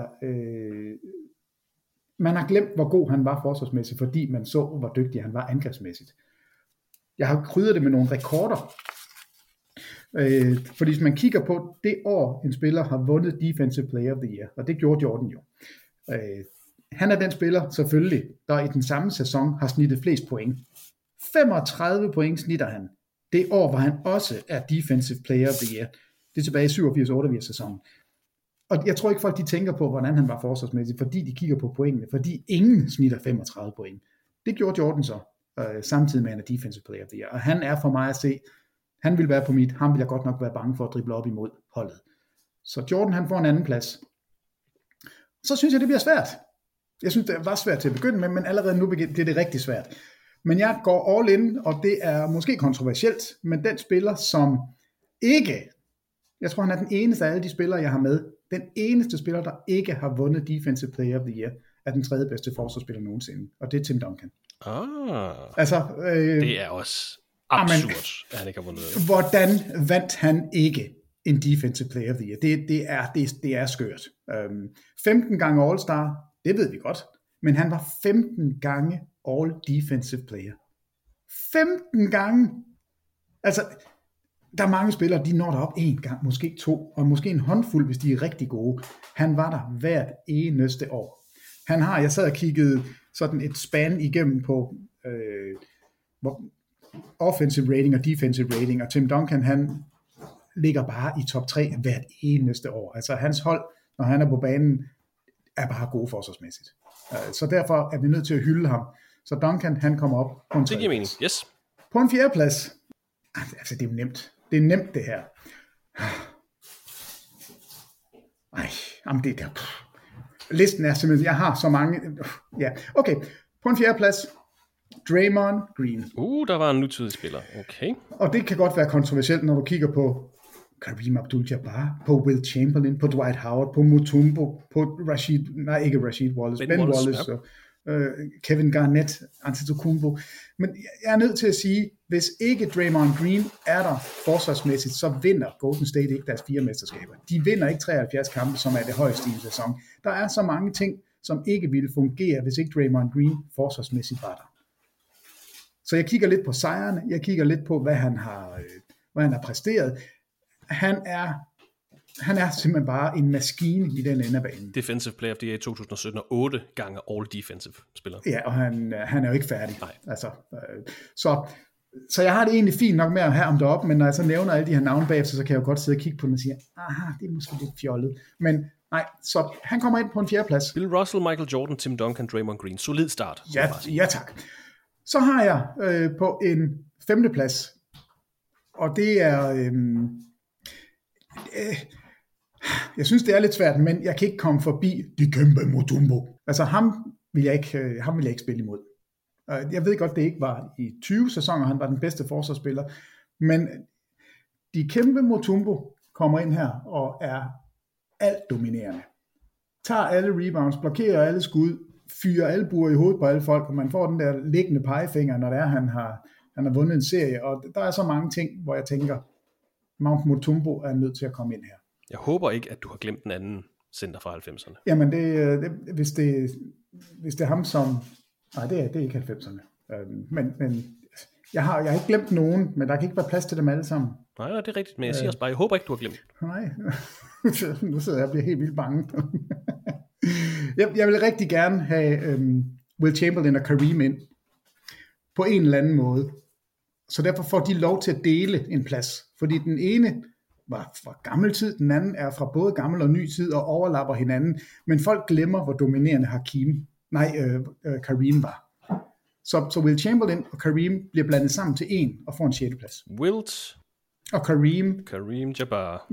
man har glemt, hvor god han var forsvarsmæssigt, fordi man så, hvor dygtig han var angrebsmæssigt. Jeg har krydret det med nogle rekorder. Fordi hvis man kigger på det år, en spiller har vundet Defensive Player of the Year, og det gjorde Jordan jo. Han er den spiller, selvfølgelig, der i den samme sæson har snittet flest point. 35 point snitter han. Det år, hvor han også er Defensive Player of the Year. Det er tilbage i 87-88 sæsonen. Og jeg tror ikke folk, de tænker på, hvordan han var forsvarsmæssigt, fordi de kigger på pointene, fordi ingen snitter 35 point. Det gjorde Jordan så, samtidig med, at han er Defensive Player of the Year. Og han er for mig at se, han vil være på mit, ham vil jeg godt nok være bange for at drible op imod holdet. Så Jordan, han får en anden plads. Så synes jeg, det bliver svært. Jeg synes, det var svært til at begynde med, men allerede nu bliver det rigtig svært. Men jeg går all in, og det er måske kontroversielt, men den spiller, som ikke, jeg tror, han er den eneste af alle de spillere, jeg har med, den eneste spiller, der ikke har vundet Defensive Player of the Year, er den tredje bedste forsvarsspiller nogensinde, og det er Tim Duncan. Altså, det er også absurd, at han ikke har vundet det. Hvordan vandt han ikke en Defensive Player of the Year? Det er skørt. 15 gange All-Star, det ved vi godt, men han var 15 gange All Defensive Player. 15 gange! Altså, der er mange spillere, de når derop en gang, måske 2, og måske en håndfuld, hvis de er rigtig gode. Han var der hvert eneste år. Han har, jeg sad og kiggede sådan et span igennem på offensive rating og defensive rating, og Tim Duncan, han ligger bare i top 3 hvert eneste år. Altså hans hold, når han er på banen, er bare gode forsvarsmæssigt. Så derfor er vi nødt til at hylde ham. Så Duncan, han kommer op på en det giver mening, yes. På en 4. plads. Altså, det er nemt. Det er nemt, det her. Jamen det der. Listen er simpelthen, jeg har så mange. Ja, okay. På en 4. plads. Draymond Green. Der var en nutidig spiller. Okay. Og det kan godt være kontroversielt, når du kigger på Kareem Abdul-Jabbar, på Will Chamberlain, på Dwight Howard, på Mutombo, på Ben Wallace, og Kevin Garnett, Antetokounmpo. Men jeg er nødt til at sige, hvis ikke Draymond Green er der forsvarsmæssigt, så vinder Golden State ikke deres 4 mesterskaber. De vinder ikke 73 kampe, som er det højeste i en sæson. Der er så mange ting, som ikke ville fungere, hvis ikke Draymond Green forsvarsmæssigt var der. Så jeg kigger lidt på sejrene, jeg kigger lidt på, hvad han har præsteret. han er simpelthen bare en maskine i den ende af banen. Defensive Player of the Year i 2017 og 8 gange All Defensive spiller. Ja, og han er jo ikke færdig. Nej. Altså, så jeg har det egentlig fint nok med at have ham deroppe, men når jeg så nævner alle de her navne bagefter, så kan jeg jo godt sidde og kigge på dem og sige, aha, det er måske lidt fjollet. Men nej, så han kommer ind på en 4. plads. Bill Russell, Michael Jordan, Tim Duncan, Draymond Green. Solid start. Ja tak. Så har jeg på en 5. plads, og det er... jeg synes, det er lidt svært, men jeg kan ikke komme forbi Dikembe Mutombo. Altså ham vil jeg ikke spille imod. Jeg ved godt, det ikke var i 20 sæsoner, han var den bedste forsvarsspiller, men Dikembe Mutombo kommer ind her og er alt dominerende. Tager alle rebounds, blokerer alle skud, fyrer albuer i hovedet på alle folk, og man får den der liggende pegefinger, når det er, han har vundet en serie, og der er så mange ting, hvor jeg tænker, Mount Mutombo er nødt til at komme ind her. Jeg håber ikke, at du har glemt den anden center fra 90'erne. Jamen, hvis det er ham som... Nej, det er ikke 90'erne. Men jeg har ikke glemt nogen, men der kan ikke være plads til dem alle sammen. Nej, det er rigtigt, men jeg siger også bare, jeg håber ikke, du har glemt. Nej, nu sidder jeg og bliver helt vildt bange. Jeg vil rigtig gerne have Will Chamberlain og Kareem ind på en eller anden måde. Så derfor får de lov til at dele en plads. Fordi den ene var fra gammel tid, den anden er fra både gammel og ny tid og overlapper hinanden. Men folk glemmer, hvor dominerende Kareem var. Så Will Chamberlain og Kareem bliver blandet sammen til en og får en 6. plads. Wilt og Kareem Jabbar.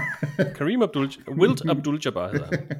Wilt Abdul-Jabbar hedder han.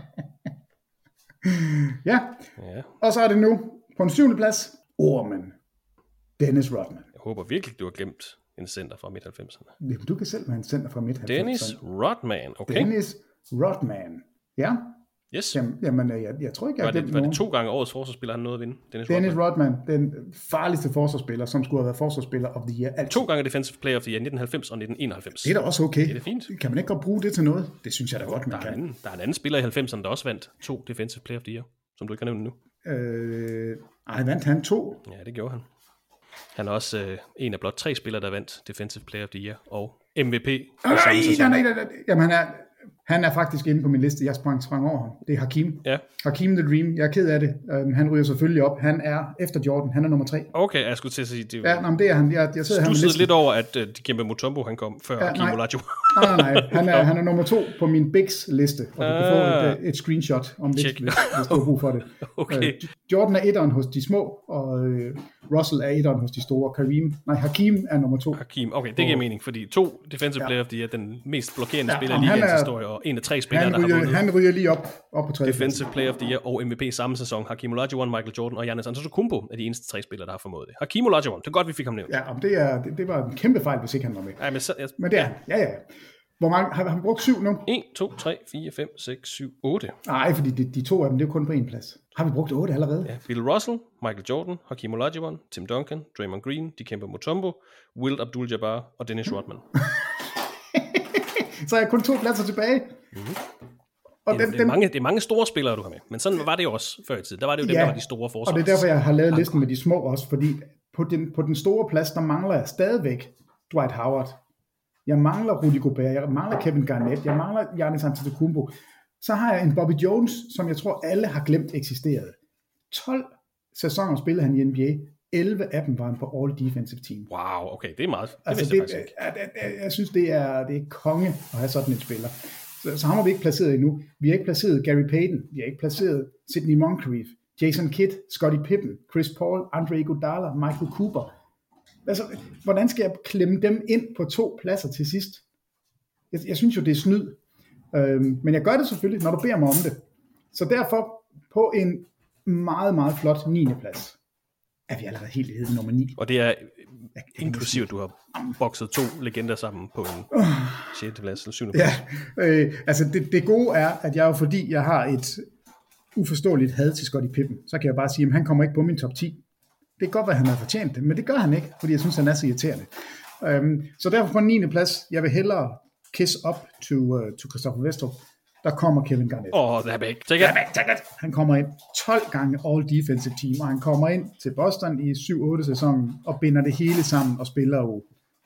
Ja, og så er det nu på en 7. plads, ormen Dennis Rodman. Jeg håber virkelig, du har glemt en center fra midt-90'erne. Jamen, du kan selv være en center fra midt-90'erne. Dennis Rodman, okay. Dennis Rodman, ja. Yes. Jamen, jeg tror ikke, jeg har glemt nogen. Var det 2 gange årets forsvarsspiller, han nåede at vinde? Dennis Rodman, den farligste forsvarsspiller, som skulle have været forsvarsspiller of the year. Altid. 2 gange Defensive Player of the Year, 1990 og 1991. Det er da også okay. Det er fint. Kan man ikke godt bruge det til noget? Det synes jeg da godt, man kan. Der er en anden spiller i 90'erne, der også vandt 2 Defensive Player of the Year, som du ikke har nævnt nu. Vandt han 2? Ja, det gjorde han. Han er også en af blot 3 spillere, der vandt Defensive Player of the Year og MVP. Nej. Jamen, han er faktisk inde på min liste. Jeg sprang over ham. Det er Hakeem. Ja. Hakeem the Dream. Jeg er ked af det. Han ryger selvfølgelig op. Han er efter Jordan. Han er nummer 3. Okay, jeg skulle til at sige det. Ja, det er han. Jeg sidder her med listen. Lidt over, at Dikembe Mutombo han kom før Hakeem Olajuwon. Nej. Han er nummer 2 på min Bigs liste. Og du kan få et screenshot om det, hvis du har brug for det. Okay. Jordan er 1'eren hos de små, og Russell er 1'eren hos de store. Hakeem er nummer 2. Hakeem, okay, det giver mening, fordi 2 Defensive Player of the Year, den mest blokerende spiller i ligaens historie, og en af 3 spillere, der har vundet. Han ryger lige op på 3. Defensive Player of the Year og MVP samme sæson. Hakeem Olajuwon, Michael Jordan og Giannis Antetokounmpo er de eneste 3 spillere, der har formået det. Hakeem Olajuwon, det er godt, vi fik ham nævnt. Ja, det var en kæmpe fejl, hvis ikke han var med. Ja, men det er han. Ja. Hvor mange har han brugt? 7 nu? 1, 2, 3, 4, 5, 6, 7, 8. Nej, fordi de 2 af dem, det er kun på en plads. Har vi brugt 8 allerede? Ja, Bill Russell, Michael Jordan, Hakeem Olajuwon, Tim Duncan, Draymond Green, Dikembe Mutombo, Wilt Abdul-Jabbar og Dennis Rodman. Så er jeg kun 2 pladser tilbage. Mm-hmm. Og det er mange store spillere, du har med. Men sådan var det jo også før i tiden. Der var det jo dem, der var de store forsvars. Og det er derfor, jeg har lavet listen med de små også. Fordi på den store plads, der mangler jeg stadigvæk Dwight Howard. Jeg mangler Rudy Gobert. Jeg mangler Kevin Garnett. Jeg mangler Giannis Antetokounmpo. Så har jeg en Bobby Jones, som jeg tror alle har glemt eksisterede. 12 sæsoner spillede han i NBA. 11 af dem var han på All Defensive Team. Wow, okay, det er meget. Jeg synes, det er konge at have sådan en spiller. Så ham har vi ikke placeret endnu. Vi har ikke placeret Gary Payton. Vi har ikke placeret Sidney Moncrief, Jason Kidd, Scottie Pippen, Chris Paul, Andre Iguodala, Michael Cooper. Altså, hvordan skal jeg klemme dem ind på 2 pladser til sidst? Jeg synes jo, det er snyd. Men jeg gør det selvfølgelig, når du beder mig om det. Så derfor på en meget, meget flot 9. plads er vi allerede helt i nummer 9. Og det er inklusive, at du har bokset 2 legender sammen på en 6. plads eller 7. plads. Ja, altså det gode er, at jeg jo fordi jeg har et uforståeligt had til Scottie Pippen, så kan jeg bare sige, at han kommer ikke på min top 10. Det kan godt være, at han har fortjent det, men det gør han ikke, fordi jeg synes, han er så irriterende. Så derfor på en 9. plads, jeg vil hellere kiss up to Christopher Westbrook. Der kommer Kevin Garnett. They're back. Han kommer ind 12 gange All Defensive Team, og han kommer ind til Boston i 7-8 sæsonen og binder det hele sammen og spiller jo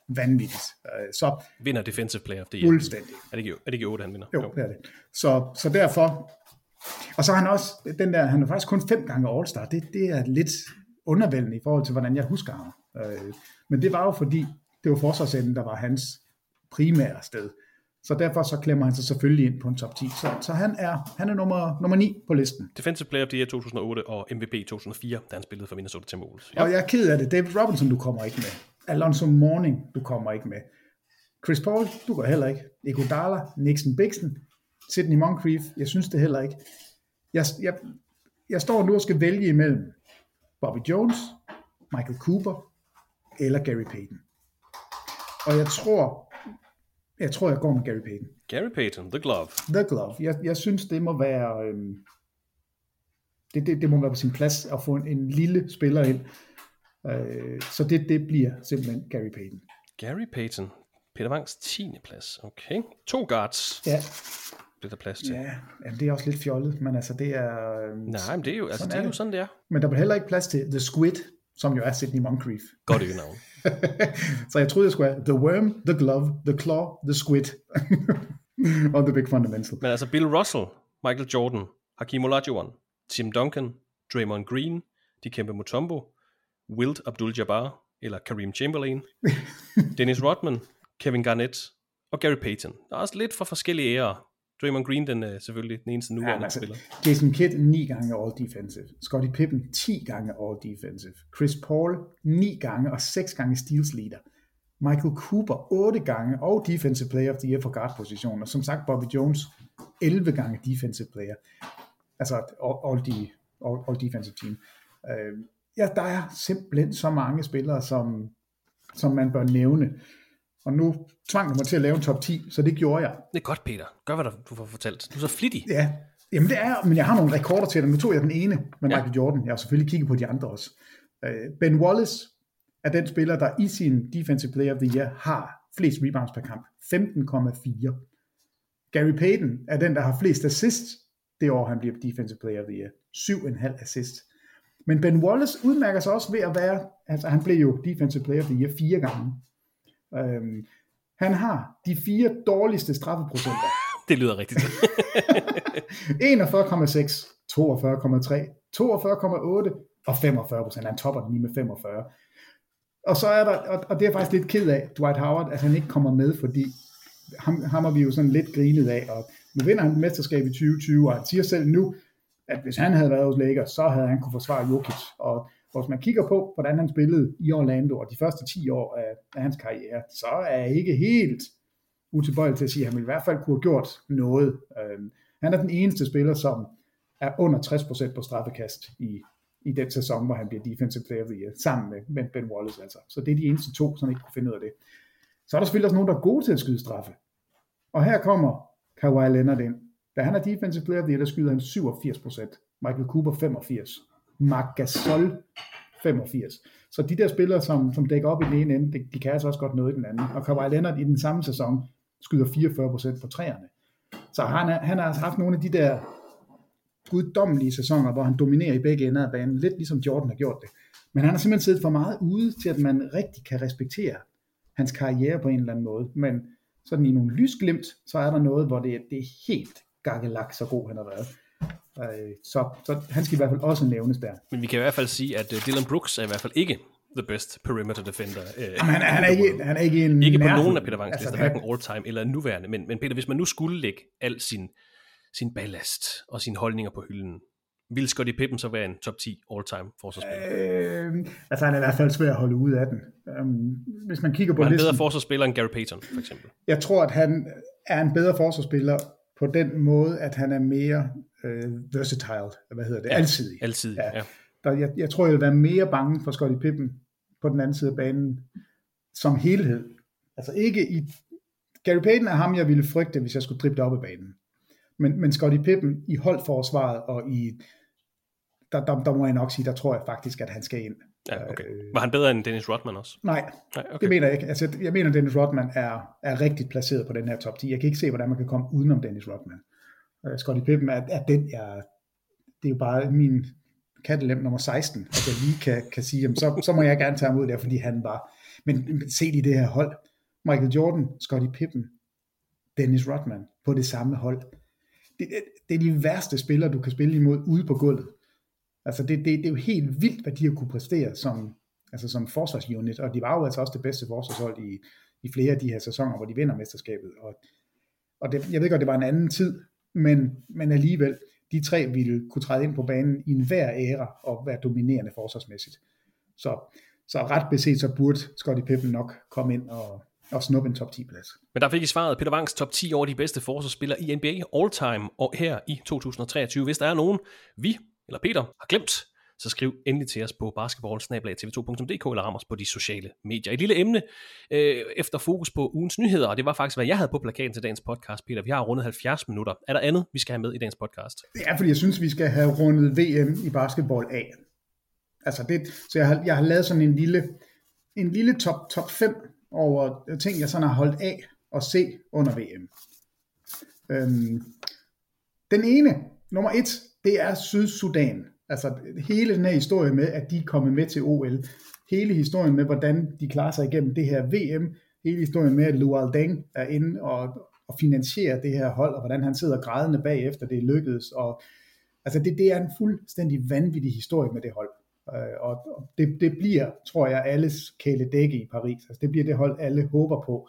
vanvittigt. Så vinder Defensive Player of the Year. Fuldstændig. Er det ikke 8, han vinder? Jo, det er det. Så derfor, og så er han også, han er faktisk kun 5 gange All-Star, det er lidt undervældende i forhold til, hvordan jeg husker ham. Men det var jo fordi, det var forsvarsenden, der var hans primære sted. Så derfor så klemmer han sig selvfølgelig ind på en top 10. Så han er nummer 9 på listen. Defensive Player of the Year 2008 og MVP 2004, da han spillede for Minnesota Timberwolves. Ja. Og jeg er ked af det. David Robinson, du kommer ikke med. Alonzo Mourning, du kommer ikke med. Chris Paul, du går heller ikke. Iguodala, Nixon Bixen, Sidney Moncrief, jeg synes det heller ikke. Jeg står nu og skal vælge imellem Bobby Jones, Michael Cooper eller Gary Payton. Og jeg tror, jeg går med Gary Payton. Gary Payton, The Glove. The Glove. Jeg synes, det må være det må være på sin plads at få en lille spiller ind. Så det bliver simpelthen Gary Payton. Gary Payton. Peter Wangs 10. plads. Okay. 2 guards. Ja. Bliver der plads til. Ja, det er også lidt fjollet, men altså det er... Nej, men det er jo sådan, det er. Men der bliver heller ikke plads til The Squid, som jo er Sidney Moncrief. Godt ikke navn. Så jeg troede, jeg skulle have The Worm, The Glove, The Claw, The Squid og The Big Fundamental. Men altså Bill Russell, Michael Jordan, Hakeem Olajuwon, Tim Duncan, Draymond Green, Dikembe Mutombo, Wilt Abdul-Jabbar eller Kareem Chamberlain, Dennis Rodman, Kevin Garnett og Gary Payton. Der er også lidt for forskellige ærer. Draymond Green, den er selvfølgelig den eneste nuværende spiller. Jason Kidd 9 gange All Defensive. Scottie Pippen 10 gange All Defensive. Chris Paul 9 gange og 6 gange Steals Leader. Michael Cooper 8 gange og Defensive Player of the Year for guard-position. Og som sagt Bobby Jones 11 gange Defensive Player. Altså all Defensive Team. Der er simpelthen så mange spillere, som man bør nævne. Og nu tvang jeg mig til at lave en top 10, så det gjorde jeg. Det er godt, Peter. Gør, hvad du får fortalt. Du er så flittig. Ja, jamen det er, men jeg har nogle rekorder til dig. Nu tog jeg den ene med Michael Jordan. Jeg har selvfølgelig kigget på de andre også. Ben Wallace er den spiller, der i sin Defensive Player of the Year har flest rebounds per kamp. 15,4. Gary Payton er den, der har flest assists det år, han bliver Defensive Player of the Year. 7,5 assists. Men Ben Wallace udmærker sig også ved at være, altså han blev jo Defensive Player of the Year 4 gange. Han har de 4 dårligste straffeprocenter. Det lyder rigtigt. 41,6, 42,3, 42,8 og 45%. Han topper den lige med 45. Og så er der, og det er faktisk lidt ked af, Dwight Howard, at han ikke kommer med, fordi ham har vi jo sådan lidt grinet af, og nu vinder han mesterskab i 2020, og han siger selv nu, at hvis han havde været hos Lakers, så havde han kunne forsvare Jokic. Og hvis man kigger på, hvordan han spillede i Orlando, og de første 10 år af hans karriere, så er jeg ikke helt utilbøjelig til at sige, at han ville i hvert fald kunne have gjort noget. Han er den eneste spiller, som er under 60% på straffekast i den sæson, hvor han bliver Defensive Player of the Year, sammen med Ben Wallace altså. Så det er de eneste 2, som ikke kunne finde ud af det. Så er der selvfølgelig også nogen, der er gode til at skyde straffe. Og her kommer Kawhi Leonard ind. Da han er Defensive Player of the Year, der skyder han 87%. Michael Cooper 85%. Marc Gasol 85%. Så de der spillere, som dækker op i den ene ende, de kan altså også godt noget i den anden. Og Kawhi Leonard i den samme sæson skyder 44% på træerne. Så han har haft nogle af de der guddommelige sæsoner, hvor han dominerer i begge ender af banen, lidt ligesom Jordan har gjort det. Men han har simpelthen siddet for meget ude til, at man rigtig kan respektere hans karriere på en eller anden måde. Men sådan i nogle lysglimt, så er der noget, hvor det er helt gakkelak, så god han har været. Så han skal i hvert fald også nævnes der. Men vi kan i hvert fald sige, at Dillon Brooks er i hvert fald ikke the best perimeter defender. Han er ikke en ikke på nogen af Peter Wangs lister, hverken all-time eller nuværende. Men Peter, hvis man nu skulle lægge al sin ballast og sine holdninger på hylden, vil Scottie Pippen så være en top 10 all-time forsvarsspiller? Altså han er i hvert fald svær at holde ude af den. Hvis man kigger på listen... Han er en bedre forsvarsspiller end Gary Payton, for eksempel. Jeg tror, at han er en bedre forsvarsspiller på den måde, at han er mere versatile, hvad hedder det? Ja, alsidig. Ja. Jeg tror, jeg vil være mere bange for Scottie Pippen på den anden side af banen som helhed. Altså ikke i... Gary Payton er ham, jeg ville frygte, hvis jeg skulle drible op ad banen. Men Scottie Pippen i holdforsvaret og i... Der må jeg nok sige, der tror jeg faktisk, at han skal ind. Ja, okay. Var han bedre end Dennis Rodman også? Nej, okay. Det mener jeg ikke. Altså, jeg mener, at Dennis Rodman er rigtigt placeret på den her top 10. Jeg kan ikke se, hvordan man kan komme udenom Dennis Rodman. Scottie Pippen er den, det er jo bare min kattelem nummer 16, at jeg lige kan sige, jamen, så må jeg gerne tage ham ud der, fordi han var... Men se lige det her hold. Michael Jordan, Scottie Pippen, Dennis Rodman på det samme hold. Det er de værste spillere, du kan spille imod ude på gulvet. Altså det er jo helt vildt, hvad de har kunne præstere som forsvarsunit, og de var jo altså også det bedste forsvarshold i flere af de her sæsoner, hvor de vinder mesterskabet. Og det, jeg ved godt, det var en anden tid, men alligevel, de tre ville kunne træde ind på banen i enhver æra og være dominerende forsvarsmæssigt. Så ret beset, så burde Scottie Pippen nok komme ind og snuppe en top 10-plads. Men der fik I svaret Peter Wangs top 10 over de bedste forsvarsspillere i NBA all-time, og her i 2023. Hvis der er nogen, vi eller Peter har glemt, så skriv endelig til os på basketball@tv2.dk eller ram os på de sociale medier. Et lille emne efter fokus på ugens nyheder, og det var faktisk, hvad jeg havde på plakaten til dagens podcast, Peter. Vi har rundet 70 minutter. Er der andet, vi skal have med i dagens podcast? Det er, fordi jeg synes, vi skal have rundet VM i basketball af. Altså så jeg har lavet sådan en lille top 5 over ting, jeg sådan har holdt af og se under VM. Den ene, nummer 1, det er Sydsudan. Altså hele den her historie med, at de er kommet med til OL. Hele historien med, hvordan de klarer sig igennem det her VM. Hele historien med, at Luol Deng er inde og finansierer det her hold, og hvordan han sidder grædende bagefter, det er lykkedes. Og, altså det er en fuldstændig vanvittig historie med det hold. Og det bliver, tror jeg, alles kæledække i Paris. Altså det bliver det hold, alle håber på,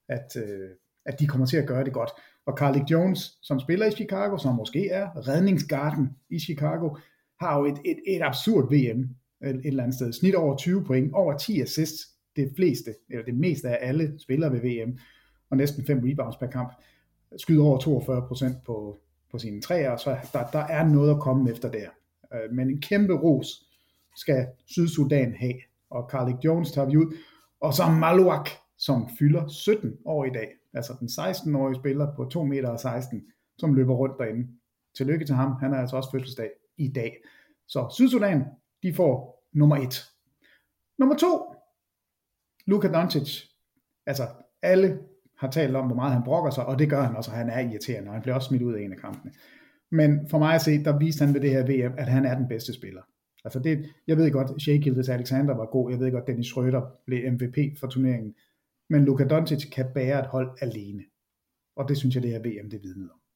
at de kommer til at gøre det godt. Og Carlik Jones, som spiller i Chicago, som måske er redningsgarden i Chicago, har jo et absurd VM et eller andet sted. Snit over 20 point, over 10 assists, det meste af alle spillere ved VM, og næsten 5 rebounds per kamp. Skyder over 42% på sine træer, så der er noget at komme efter der. Men en kæmpe ros skal Sydsudan have, og Carlik Jones tager vi ud, og så Maluak, som fylder 17 år i dag, altså den 16-årige spiller på 2,16 meter, som løber rundt derinde. Tillykke til ham, han er altså også fødselsdag i dag. Så Sydsudan, de får nummer 1. Nummer 2, Luka Doncic. Altså alle har talt om, hvor meget han brokker sig, og det gør han også, og han er irriterende, og han bliver også smidt ud af en af kampene. Men for mig at se, der viste han ved det her VM, at han er den bedste spiller. Altså jeg ved godt, Shai Gilgeous-Alexander var god, jeg ved godt, Dennis Schröder blev MVP for turneringen, men Luka Doncic kan bære et hold alene. Og det synes jeg, det her VM, det vidner om.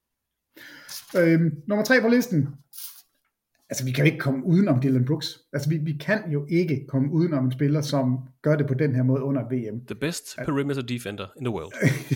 Nummer 3 på listen. Altså vi kan jo ikke komme udenom Dillon Brooks. Altså vi kan jo ikke komme udenom en spiller, som gør det på den her måde under VM. The best perimeter defender in the world.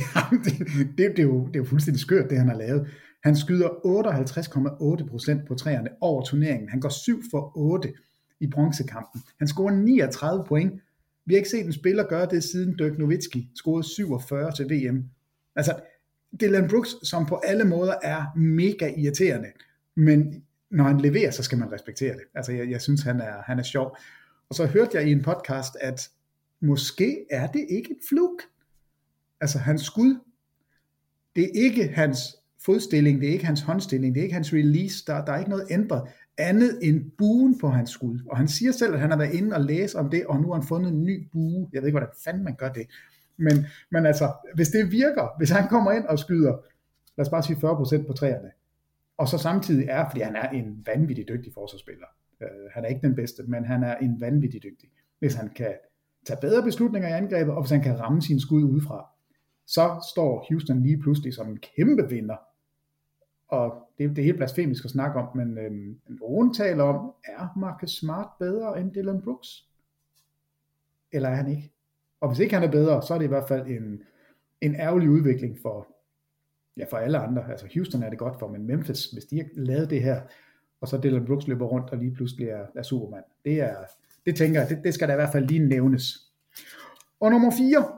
det er jo fuldstændig skørt, det han har lavet. Han skyder 58,8% på træerne over turneringen. Han går 7 for 8 i bronzekampen. Han scorer 39 point. Vi har ikke set en spiller gøre det siden Dirk Nowitzki scorede 47 til VM. Altså Dillon Brooks, som på alle måder er mega irriterende, men når han leverer, så skal man respektere det. Altså jeg synes, han er sjov. Og så hørte jeg i en podcast, at måske er det ikke et fluk. Altså hans skud, det er ikke hans fodstilling, det er ikke hans håndstilling, det er ikke hans release, der er ikke noget ændret, andet end buen på hans skud. Og han siger selv, at han har været inde og læse om det, og nu har han fundet en ny bue. Jeg ved ikke, hvordan fanden man gør det. Men altså, hvis det virker, hvis han kommer ind og skyder, lad os bare sige 40% på træerne, og så samtidig fordi han er en vanvittig dygtig forsvarsspiller. Han er ikke den bedste, men han er en vanvittig dygtig. Hvis han kan tage bedre beslutninger i angrebet, og hvis han kan ramme sine skud udefra, så står Houston lige pludselig som en kæmpe vinder. Og det er helt blasfemisk at snakke om, men nogen taler om, er Marcus Smart bedre end Dillon Brooks? Eller er han ikke? Og hvis ikke han er bedre, så er det i hvert fald en ærgerlig udvikling for alle andre. Altså Houston er det godt for, men Memphis, hvis de har lavet det her, og så Dillon Brooks løber rundt og lige pludselig er Superman. Det tænker jeg, det skal da i hvert fald lige nævnes. Og nummer 4,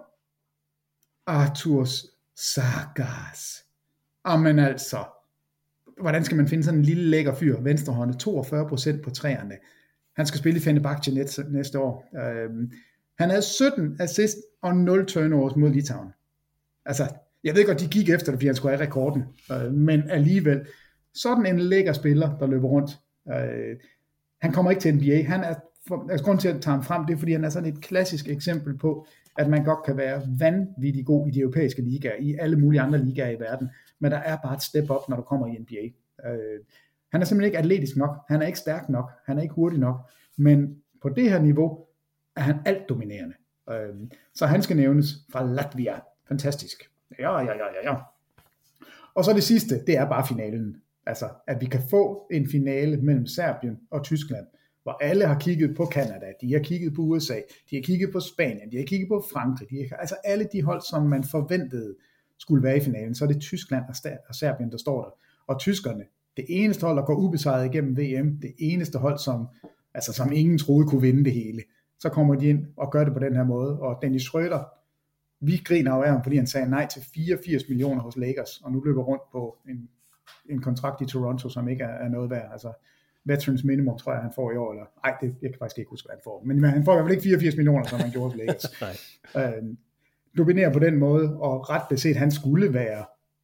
Arturas Sargas. Amen altså, hvordan skal man finde sådan en lille lækker fyr, venstrehåndet, 42% på træerne. Han skal spille i Fenerbahce næste år. Han havde 17 assist og 0 turnovers mod Litauen. Altså, jeg ved godt, de gik efter det, fordi han skulle have rekorden, men alligevel, sådan en lækker spiller, der løber rundt. Han kommer ikke til NBA. Grunden til at tage ham frem, det er, fordi han er sådan et klassisk eksempel på, at man godt kan være vanvittig god i de europæiske ligaer, i alle mulige andre ligaer i verden, men der er bare et step up, når du kommer i NBA. Han er simpelthen ikke atletisk nok, han er ikke stærk nok, han er ikke hurtig nok, men på det her niveau er han alt dominerende. Så han skal nævnes fra Latvia. Fantastisk. Ja. Og så det sidste, det er bare finalen. Altså, at vi kan få en finale mellem Serbien og Tyskland, hvor alle har kigget på Canada, de har kigget på USA, de har kigget på Spanien, de har kigget på Frankrig, altså alle de hold, som man forventede skulle være i finalen, så er det Tyskland og Serbien, der står der. Og tyskerne, det eneste hold, der går ubesejret igennem VM, det eneste hold, som ingen troede kunne vinde det hele. Så kommer de ind og gør det på den her måde, og Dennis Schröder, vi griner jo af ham, fordi han sagde nej til 84 millioner hos Lakers, og nu løber rundt på en kontrakt i Toronto, som ikke er noget værd. Altså, veterans minimum, tror jeg, han får i år, eller ej, jeg kan faktisk ikke huske, hvad han får, men han får i hvert fald ikke 84 millioner, som han gjorde hos Lakers. Dominerer på den måde, og ret beset, han skulle være,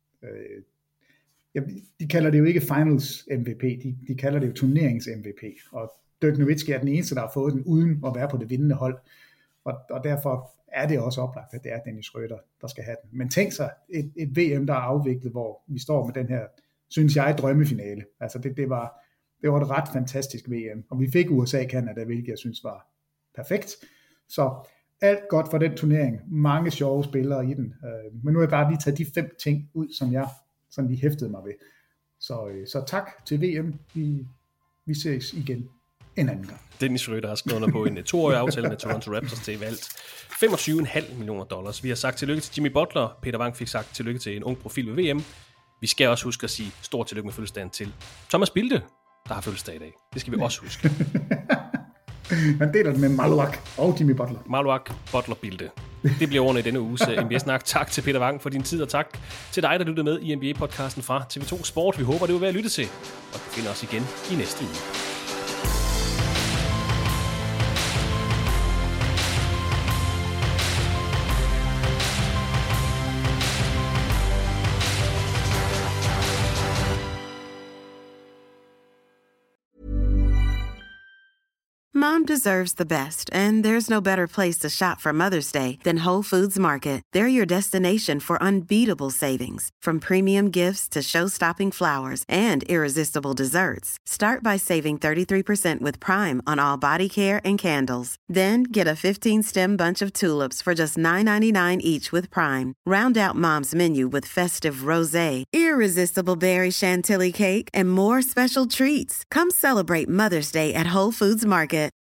de kalder det jo ikke finals MVP, de kalder det jo turnerings MVP, og Dirk Nowitzki er den eneste, der har fået den, uden at være på det vindende hold, og derfor er det også oplagt, at det er Dennis Schröder, der skal have den. Men tænk sig, et VM, der er afviklet, hvor vi står med den her, synes jeg, drømmefinale. Altså det var et ret fantastisk VM, og vi fik USA-Canada, hvilket jeg synes var perfekt. Så alt godt for den turnering. Mange sjove spillere i den. Men nu har jeg bare lige taget de 5 ting ud, som de hæftede mig ved. Så tak til VM. Vi ses igen en anden gang. Dennis Schröder har skrevet under på en 2-årig aftale med Toronto Raptors til valgt $25,5 millioner. Vi har sagt tillykke til Jimmy Butler. Peter Wang fik sagt tillykke til en ung profil ved VM. Vi skal også huske at sige stort tillykke med fødselsdagen til Thomas Bilde, der har fødselsdag i dag. Det skal vi også huske. Man deler det med Maluak og Jimmy Butler. Maluak, Butler, Bilde. Det bliver ordene i denne uges NBA-snak. Tak til Peter Wang for din tid, og tak til dig, der lyttede med i NBA-podcasten fra TV2 Sport. Vi håber, det vil være at lytte til, og du finder os igen i næste uge. Mom deserves the best, and there's no better place to shop for Mother's Day than Whole Foods Market. They're your destination for unbeatable savings, from premium gifts to show-stopping flowers and irresistible desserts. Start by saving 33% with Prime on all body care and candles. Then get a 15-stem bunch of tulips for just $9.99 each with Prime. Round out Mom's menu with festive rosé, irresistible berry chantilly cake, and more special treats. Come celebrate Mother's Day at Whole Foods Market.